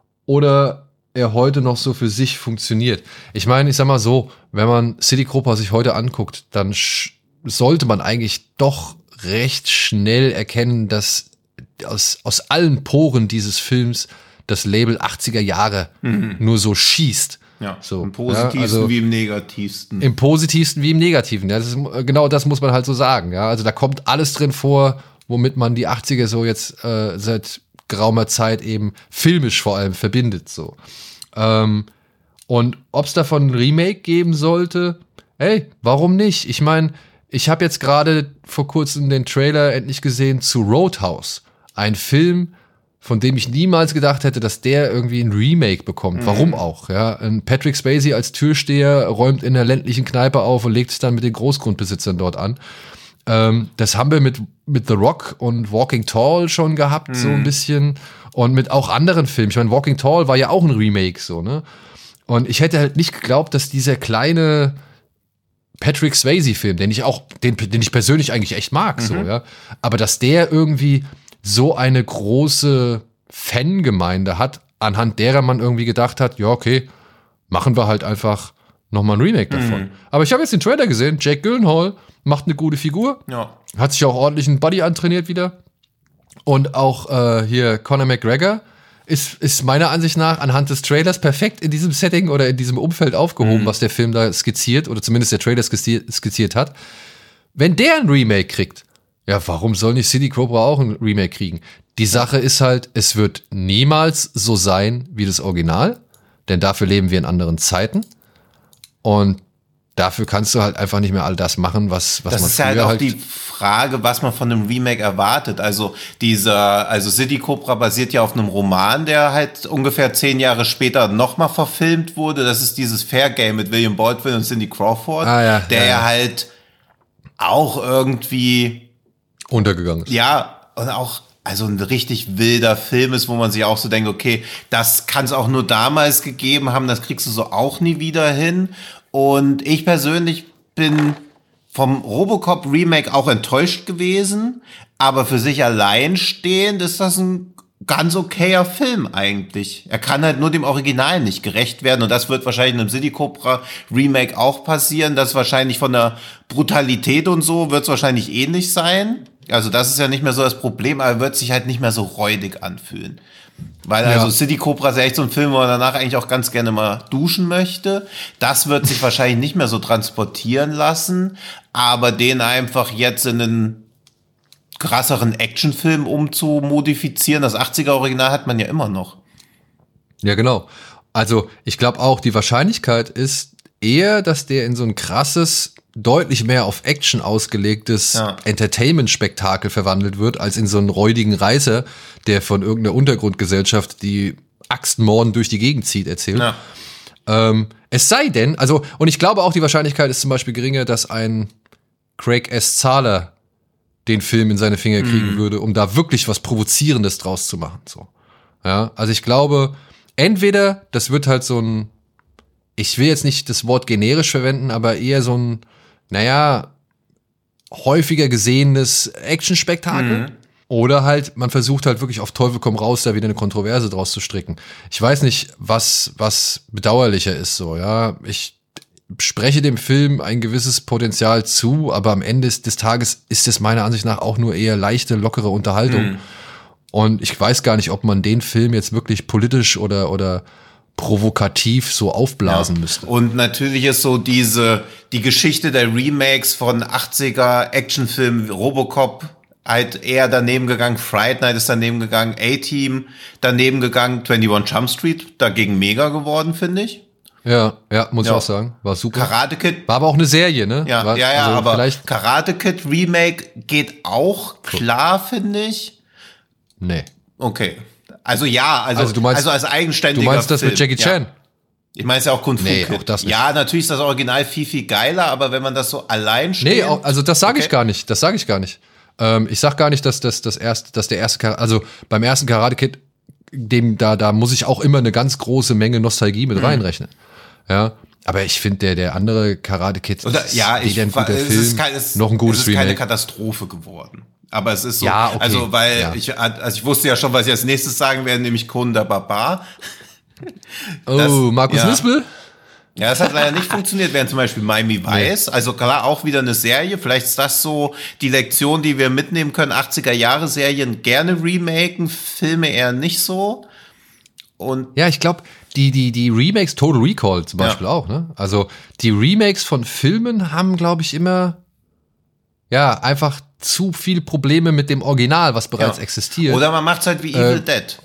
oder er heute noch so für sich funktioniert. Ich meine, ich sag mal so, wenn man City Cobra sich heute anguckt, dann sch- sollte man eigentlich doch recht schnell erkennen, dass aus, aus allen Poren dieses Films das Label achtziger Jahre mhm. nur so schießt. Ja, so, im Positivsten ja, also wie im Negativsten. Im Positivsten wie im Negativen. Ja, das ist, genau das muss man halt so sagen. Ja, also da kommt alles drin vor, womit man die achtziger so jetzt äh, seit geraumer Zeit eben filmisch vor allem verbindet. So. Ähm, und ob es davon ein Remake geben sollte, hey, warum nicht? Ich meine, ich habe jetzt gerade vor kurzem den Trailer endlich gesehen zu Roadhouse. Ein Film, von dem ich niemals gedacht hätte, dass der irgendwie ein Remake bekommt. Mhm. Warum auch? Ja, ein Patrick Swayze als Türsteher räumt in der ländlichen Kneipe auf und legt sich dann mit den Großgrundbesitzern dort an. Ähm, das haben wir mit, mit The Rock und Walking Tall schon gehabt, mhm. so ein bisschen. Und mit auch anderen Filmen. Ich meine, Walking Tall war ja auch ein Remake, so, ne? Und ich hätte halt nicht geglaubt, dass dieser kleine Patrick Swayze-Film, den ich auch, den, den ich persönlich eigentlich echt mag, mhm. so, ja. Aber dass der irgendwie so eine große Fangemeinde hat, anhand derer man irgendwie gedacht hat, ja, okay, machen wir halt einfach nochmal ein Remake davon. Mhm. Aber ich habe jetzt den Trailer gesehen, Jake Gyllenhaal macht eine gute Figur, ja. hat sich auch ordentlich einen Buddy antrainiert wieder. Und auch äh, hier Conor McGregor ist, ist meiner Ansicht nach anhand des Trailers perfekt in diesem Setting oder in diesem Umfeld aufgehoben, mhm. was der Film da skizziert, oder zumindest der Trailer skizziert, skizziert hat. Wenn der ein Remake kriegt, ja, warum soll nicht City Cobra auch ein Remake kriegen? Die Sache ist halt, es wird niemals so sein wie das Original, denn dafür leben wir in anderen Zeiten. Und dafür kannst du halt einfach nicht mehr all das machen, was, was das man früher halt... Das ist halt auch halt die Frage, was man von einem Remake erwartet. Also dieser, also City Cobra basiert ja auf einem Roman, der halt ungefähr zehn Jahre später nochmal verfilmt wurde. Das ist dieses Fair Game mit William Baldwin und Cindy Crawford, ah, ja, der ja, ja halt auch irgendwie untergegangen ist. Ja, und auch also ein richtig wilder Film ist, wo man sich auch so denkt, okay, das kann es auch nur damals gegeben haben, das kriegst du so auch nie wieder hin. Und ich persönlich bin vom Robocop Remake auch enttäuscht gewesen, aber für sich allein stehend ist das ein ganz okayer Film eigentlich. Er kann halt nur dem Original nicht gerecht werden und das wird wahrscheinlich in einem City Cobra Remake auch passieren. Das wahrscheinlich von der Brutalität und so wird es wahrscheinlich ähnlich sein. Also das ist ja nicht mehr so das Problem, aber er wird sich halt nicht mehr so räudig anfühlen. Weil Ja. also City Cobra ist ja echt so ein Film, wo man danach eigentlich auch ganz gerne mal duschen möchte. Das wird sich wahrscheinlich nicht mehr so transportieren lassen, aber den einfach jetzt in einen krasseren Actionfilm umzumodifizieren. Das achtziger-Original hat man ja immer noch. Ja, genau. Also ich glaube auch, die Wahrscheinlichkeit ist eher, dass der in so ein krasses, deutlich mehr auf Action ausgelegtes Ja. Entertainment-Spektakel verwandelt wird, als in so einen räudigen Reißer, der von irgendeiner Untergrundgesellschaft die Axtmorden durch die Gegend zieht, erzählt. Ja. Ähm, es sei denn, also, und ich glaube auch, die Wahrscheinlichkeit ist zum Beispiel geringer, dass ein Craig S. Zahler den Film in seine Finger kriegen Mhm. würde, um da wirklich was Provozierendes draus zu machen. So. Ja, also ich glaube, entweder das wird halt so ein, ich will jetzt nicht das Wort generisch verwenden, aber eher so ein, naja, häufiger gesehenes Actionspektakel. Mhm. Oder halt, man versucht halt wirklich auf Teufel komm raus, da wieder eine Kontroverse draus zu stricken. Ich weiß nicht, was, was bedauerlicher ist, so, ja. Ich spreche dem Film ein gewisses Potenzial zu, aber am Ende des Tages ist es meiner Ansicht nach auch nur eher leichte, lockere Unterhaltung. Mhm. Und ich weiß gar nicht, ob man den Film jetzt wirklich politisch oder, oder provokativ so aufblasen Ja. müsste. Und natürlich ist so diese, die Geschichte der Remakes von achtziger Actionfilmen, Robocop halt eher daneben gegangen, Fright Night ist daneben gegangen, A-Team daneben gegangen, einundzwanzig Jump Street dagegen mega geworden, finde ich. Ja, ja, muss Ja. ich auch sagen. War super. Karate Kid, War aber auch eine Serie, ne? ja, War, ja, ja, also aber vielleicht, Karate Kid Remake geht auch klar, finde ich. nee. Okay. Also ja, also, Also du meinst- also als Du eigenständiger meinst das Film. mit Jackie Chan? Ja. Ich meine es ja auch Kung Fu Nee, Kid. auch das nicht. Ja, natürlich ist das Original viel, viel geiler, aber wenn man das so allein steht. Nee, auch, also das sage ich Okay. gar nicht. Das sage ich gar nicht. Ähm, ich sag gar nicht, dass das, das erste, dass der erste, Kar- also beim ersten Karate Kid, dem da, da muss ich auch immer eine ganz große Menge Nostalgie Mhm. mit reinrechnen. Ja. Aber ich finde, der, der andere Karate Kid Oder, ist ja, ich, weder ein guter es Film, ist, kein, es, noch ein gutes es ist keine Remake. Katastrophe geworden. Aber es ist so, Ja, okay, also weil ja. ich, also ich wusste ja schon, was ich als nächstes sagen werde, nämlich Conan der Barbar. Oh, das- Markus ja. Nispel? Ja, das hat leider nicht funktioniert, während zum Beispiel Miami Vice, also klar auch wieder eine Serie, vielleicht ist das so die Lektion, die wir mitnehmen können, achtziger-Jahre-Serien gerne remaken, Filme eher nicht so. Und Ja, ich glaube, die, die, die Remakes, Total Recall zum Ja. Beispiel auch, ne? Also die Remakes von Filmen haben, glaube ich, immer ja einfach zu viele Probleme mit dem Original, was bereits ja. existiert. Oder man macht's halt wie Äh, Evil Dead.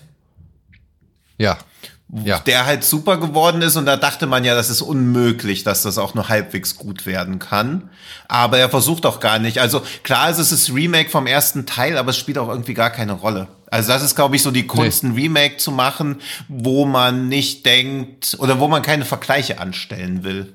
ja. Ja. Der halt super geworden ist und da dachte man ja, das ist unmöglich, dass das auch nur halbwegs gut werden kann. Aber er versucht auch gar nicht. Also klar, es ist das Remake vom ersten Teil, aber es spielt auch irgendwie gar keine Rolle. Also das ist, glaube ich, so die Kunst, ein Remake zu machen, wo man nicht denkt oder wo man keine Vergleiche anstellen will.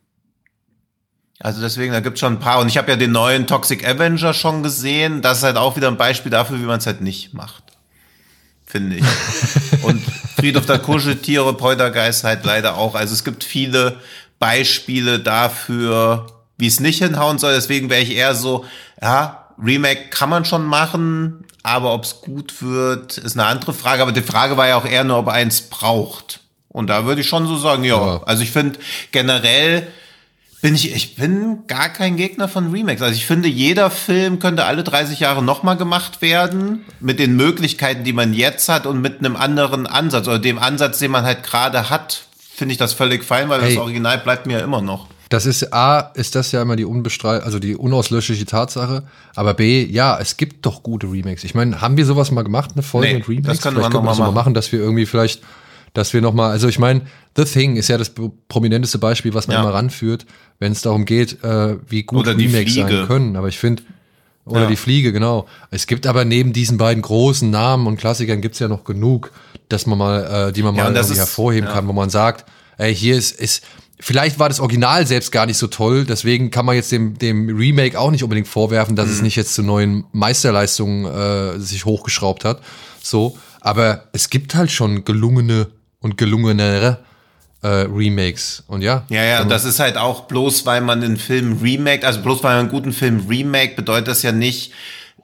Also deswegen, da gibt's schon ein paar. Und ich habe ja den neuen Toxic Avenger schon gesehen. Das ist halt auch wieder ein Beispiel dafür, wie man es halt nicht macht. Finde ich. Und Friedhof der Kuscheltiere, Poltergeist halt leider auch. Also es gibt viele Beispiele dafür, wie es nicht hinhauen soll. Deswegen wäre ich eher so, ja, Remake kann man schon machen, aber ob es gut wird, ist eine andere Frage. Aber die Frage war ja auch eher nur, ob er eins braucht. Und da würde ich schon so sagen, ja. Ja. Also ich finde generell bin ich, ich bin gar kein Gegner von Remakes. Also ich finde, jeder Film könnte alle dreißig Jahre nochmal gemacht werden, mit den Möglichkeiten, die man jetzt hat und mit einem anderen Ansatz oder dem Ansatz, den man halt gerade hat, finde ich das völlig fein, weil Hey. das Original bleibt mir ja immer noch. Das ist A, ist das ja immer die unbestreit, also die unauslöschliche Tatsache. Aber B, ja, es gibt doch gute Remakes. Ich meine, haben wir sowas mal gemacht, eine Folge Nee, mit Remakes? das könnte Vielleicht man können wir noch das mal mal machen. machen, dass wir irgendwie vielleicht, dass wir noch mal, also ich meine, The Thing ist ja das prominenteste Beispiel, was man Ja. immer ranführt, wenn es darum geht, äh, wie gut Oder die Remakes Fliege. sein können. Aber ich finde, oder Ja. die Fliege, genau. Es gibt aber neben diesen beiden großen Namen und Klassikern gibt's ja noch genug, dass man mal, äh, die man Ja, mal und das irgendwie ist- hervorheben ja. kann, wo man sagt, ey, hier ist, ist, vielleicht war das Original selbst gar nicht so toll, deswegen kann man jetzt dem, dem Remake auch nicht unbedingt vorwerfen, dass es Mhm. nicht jetzt zu neuen Meisterleistungen äh, sich hochgeschraubt hat. So, aber es gibt halt schon gelungene und gelungenere äh, Remakes. Und ja. Ja, ja, dann- und das ist halt auch bloß, weil man einen Film remake, also bloß weil man einen guten Film remake, bedeutet das ja nicht,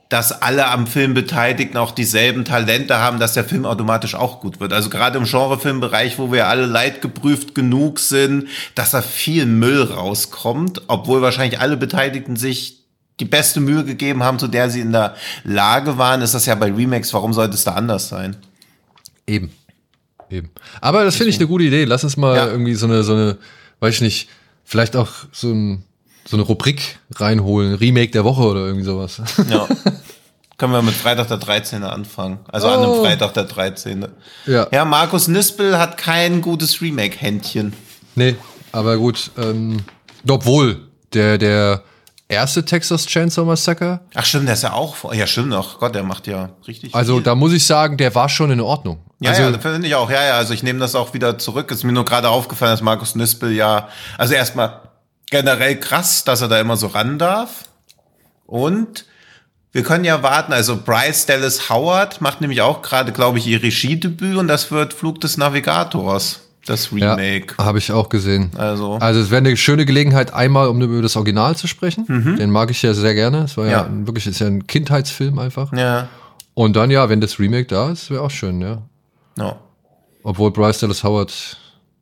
dass alle am Film Beteiligten auch dieselben Talente haben, dass der Film automatisch auch gut wird. Also gerade im Genrefilmbereich, wo wir alle leidgeprüft genug sind, dass da viel Müll rauskommt, obwohl wahrscheinlich alle Beteiligten sich die beste Mühe gegeben haben, zu der sie in der Lage waren, ist das ja bei Remakes, warum sollte es da anders sein? Eben. Eben. Aber das finde ich eine gute Idee. Lass uns mal ja. irgendwie so eine, so eine, weiß ich nicht, vielleicht auch so ein so eine Rubrik reinholen, Remake der Woche oder irgendwie sowas. Ja. Können wir mit Freitag der dreizehnte anfangen. Also oh. an einem Freitag der dreizehnte Ja. Ja, Markus Nispel hat kein gutes Remake-Händchen. Nee, aber gut. Ähm, obwohl, der, der erste Texas Chainsaw Massacre. Ach stimmt, der ist ja auch vor. Ja, stimmt, ach Gott, der macht ja richtig Also viel. Da muss ich sagen, der war schon in Ordnung. Ja, also, ja, das finde ich auch. Ja, ja, also ich nehme das auch wieder zurück. Es ist mir nur gerade aufgefallen, dass Markus Nispel ja, also erstmal generell krass, dass er da immer so ran darf. Und wir können ja warten, also Bryce Dallas Howard macht nämlich auch gerade, glaube ich, ihr Regiedebüt und das wird Flug des Navigators, das Remake. Ja, habe ich auch gesehen. Also, also es wäre eine schöne Gelegenheit, einmal um über das Original zu sprechen. Mhm. Den mag ich ja sehr gerne. Es war ja, ja wirklich, ist ja ein Kindheitsfilm einfach. Ja. Und dann ja, wenn das Remake da ist, wäre auch schön, ja. Ja. Obwohl Bryce Dallas Howard.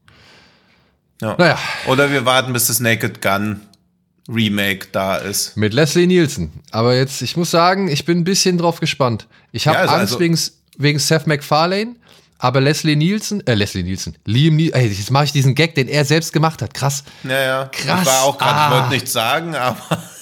Ja. Naja. Oder wir warten, bis das Naked Gun Remake da ist. Mit Leslie Nielsen. Aber jetzt, ich muss sagen, ich bin ein bisschen drauf gespannt. Ich habe ja, also, Angst also, wegen, wegen Seth MacFarlane, aber Leslie Nielsen, äh, Leslie Nielsen, Liam Nielsen, ey, jetzt mache ich diesen Gag, den er selbst gemacht hat. Krass. Ja, ja. Krass. Ich war auch gerade, ah. ich wollte nichts sagen, aber.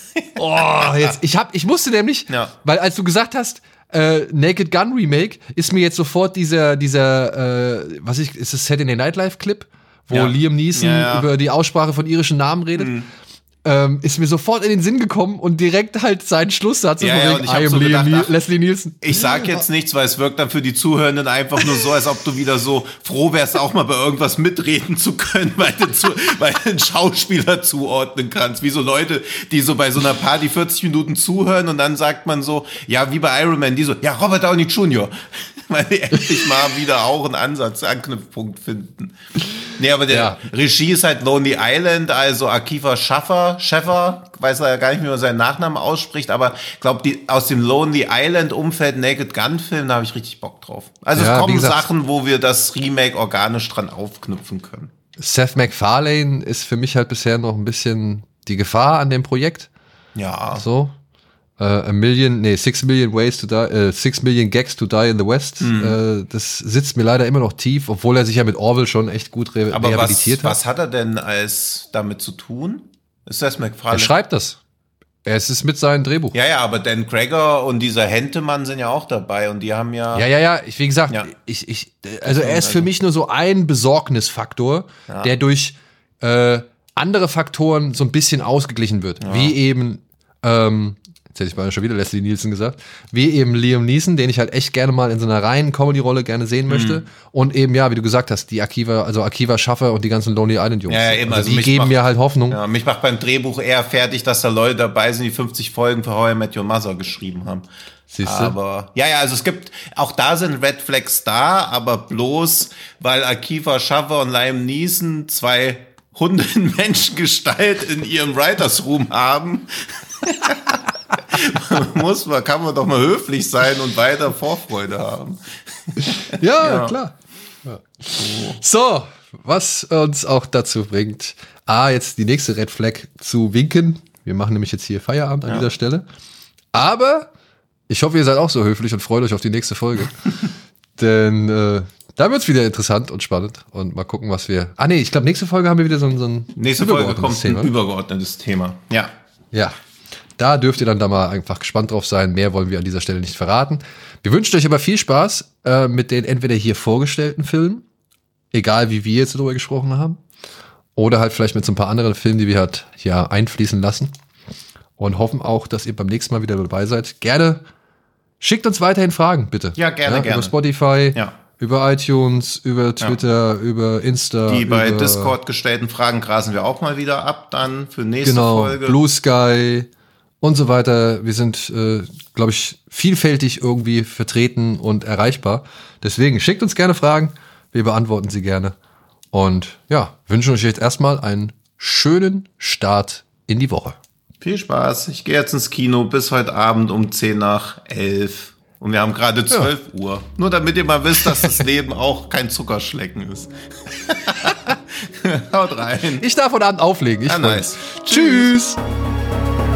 Oh, jetzt, ich hab, ich musste nämlich, ja. weil als du gesagt hast, äh, Naked Gun Remake, ist mir jetzt sofort dieser, dieser, äh, was ich, ist das Saturday Night Live Clip, wo ja. Liam Neeson ja, ja. über die Aussprache von irischen Namen redet. Mhm. Ähm, ist mir sofort in den Sinn gekommen und direkt halt sein Schlusssatz ja, ja, wegen, I am so Liam gedacht, ach, Leslie Nielsen. Ich sag jetzt nichts, weil es wirkt dann für die Zuhörenden einfach nur so, als ob du wieder so froh wärst, auch mal bei irgendwas mitreden zu können, weil du, zu, weil du einen Schauspieler zuordnen kannst. Wie so Leute, die so bei so einer Party vierzig Minuten zuhören und dann sagt man so, ja, wie bei Iron Man, die so, ja, Robert Downey Junior Weil die endlich mal wieder auch einen Ansatz, Anknüpfpunkt finden. Nee, aber der ja. Regie ist halt Lonely Island, also Akiva Schaffer, Schäffer, weiß er ja gar nicht, wie man seinen Nachnamen ausspricht, aber ich glaube, aus dem Lonely Island-Umfeld Naked Gun-Film, da habe ich richtig Bock drauf. Also ja, es kommen gesagt, Sachen, wo wir das Remake organisch dran aufknüpfen können. Seth MacFarlane ist für mich halt bisher noch ein bisschen die Gefahr an dem Projekt. Ja. So. Uh, a million, nee, six million ways to die, uh, six million gags to die in the West. Mhm. Uh, das sitzt mir leider immer noch tief, obwohl er sich ja mit Orville schon echt gut re- Aber rehabilitiert was, hat. Was hat er denn als damit zu tun? Ist das MacFarlane? Er schreibt das. Es ist mit seinem Drehbuch. Ja, ja, aber Dan Gregor und dieser Hentemann sind ja auch dabei und die haben ja. Ja, ja, ja. Ich, wie gesagt, ja. ich, ich, also er ist für mich nur so ein Besorgnisfaktor, ja. der durch äh, andere Faktoren so ein bisschen ausgeglichen wird, ja. wie eben ähm, jetzt hätte ich mal schon wieder Leslie Nielsen gesagt, wie eben Liam Neeson, den ich halt echt gerne mal in so einer reinen Comedy-Rolle gerne sehen möchte. Mhm. Und eben, ja, wie du gesagt hast, die Akiva, also Akiva Schaffer und die ganzen Lonely Island-Jungs. Ja, ja, eben. Also also die geben macht, mir halt Hoffnung. Ja, mich macht beim Drehbuch eher fertig, dass da Leute dabei sind, die fünfzig Folgen für How I Met Your Mother geschrieben haben. Siehst du? Aber, ja, ja, also es gibt, auch da sind Red Flags da, aber bloß, weil Akiva Schaffer und Liam Neeson zwei Hunde in Menschengestalt in ihrem Writers Room haben. Muss man, kann man doch mal höflich sein und weiter Vorfreude haben. Ja, ja. klar. Ja. So, was uns auch dazu bringt, A, jetzt die nächste Red Flag zu winken. Wir machen nämlich jetzt hier Feierabend an ja. dieser Stelle. Aber ich hoffe, ihr seid auch so höflich und freut euch auf die nächste Folge. Denn äh, da wird's wieder interessant und spannend. Und mal gucken, was wir... Ah nee, ich glaube, nächste Folge haben wir wieder so, so ein Nächste Folge kommt Thema. ein übergeordnetes Thema. Ja. Ja. Da dürft ihr dann da mal einfach gespannt drauf sein. Mehr wollen wir an dieser Stelle nicht verraten. Wir wünschen euch aber viel Spaß äh, mit den entweder hier vorgestellten Filmen, egal wie wir jetzt darüber gesprochen haben, oder halt vielleicht mit so ein paar anderen Filmen, die wir halt hier einfließen lassen. Und hoffen auch, dass ihr beim nächsten Mal wieder dabei seid. Gerne schickt uns weiterhin Fragen, bitte. Ja, gerne, ja, gerne. Über Spotify, ja. über iTunes, über Twitter, ja. über Insta. Die bei über Discord gestellten Fragen grasen wir auch mal wieder ab dann für nächste genau, Folge. Blue Sky und so weiter. Wir sind, äh, glaube ich, vielfältig irgendwie vertreten und erreichbar. Deswegen schickt uns gerne Fragen. Wir beantworten sie gerne. Und ja, wünschen euch jetzt erstmal einen schönen Start in die Woche. Viel Spaß. Ich gehe jetzt ins Kino bis heute Abend um zehn nach elf. Und wir haben gerade zwölf ja. Uhr. Nur damit ihr mal wisst, dass das Leben auch kein Zuckerschlecken ist. Haut rein. Ich darf heute Abend auflegen. Ich ah, nice. Tschüss.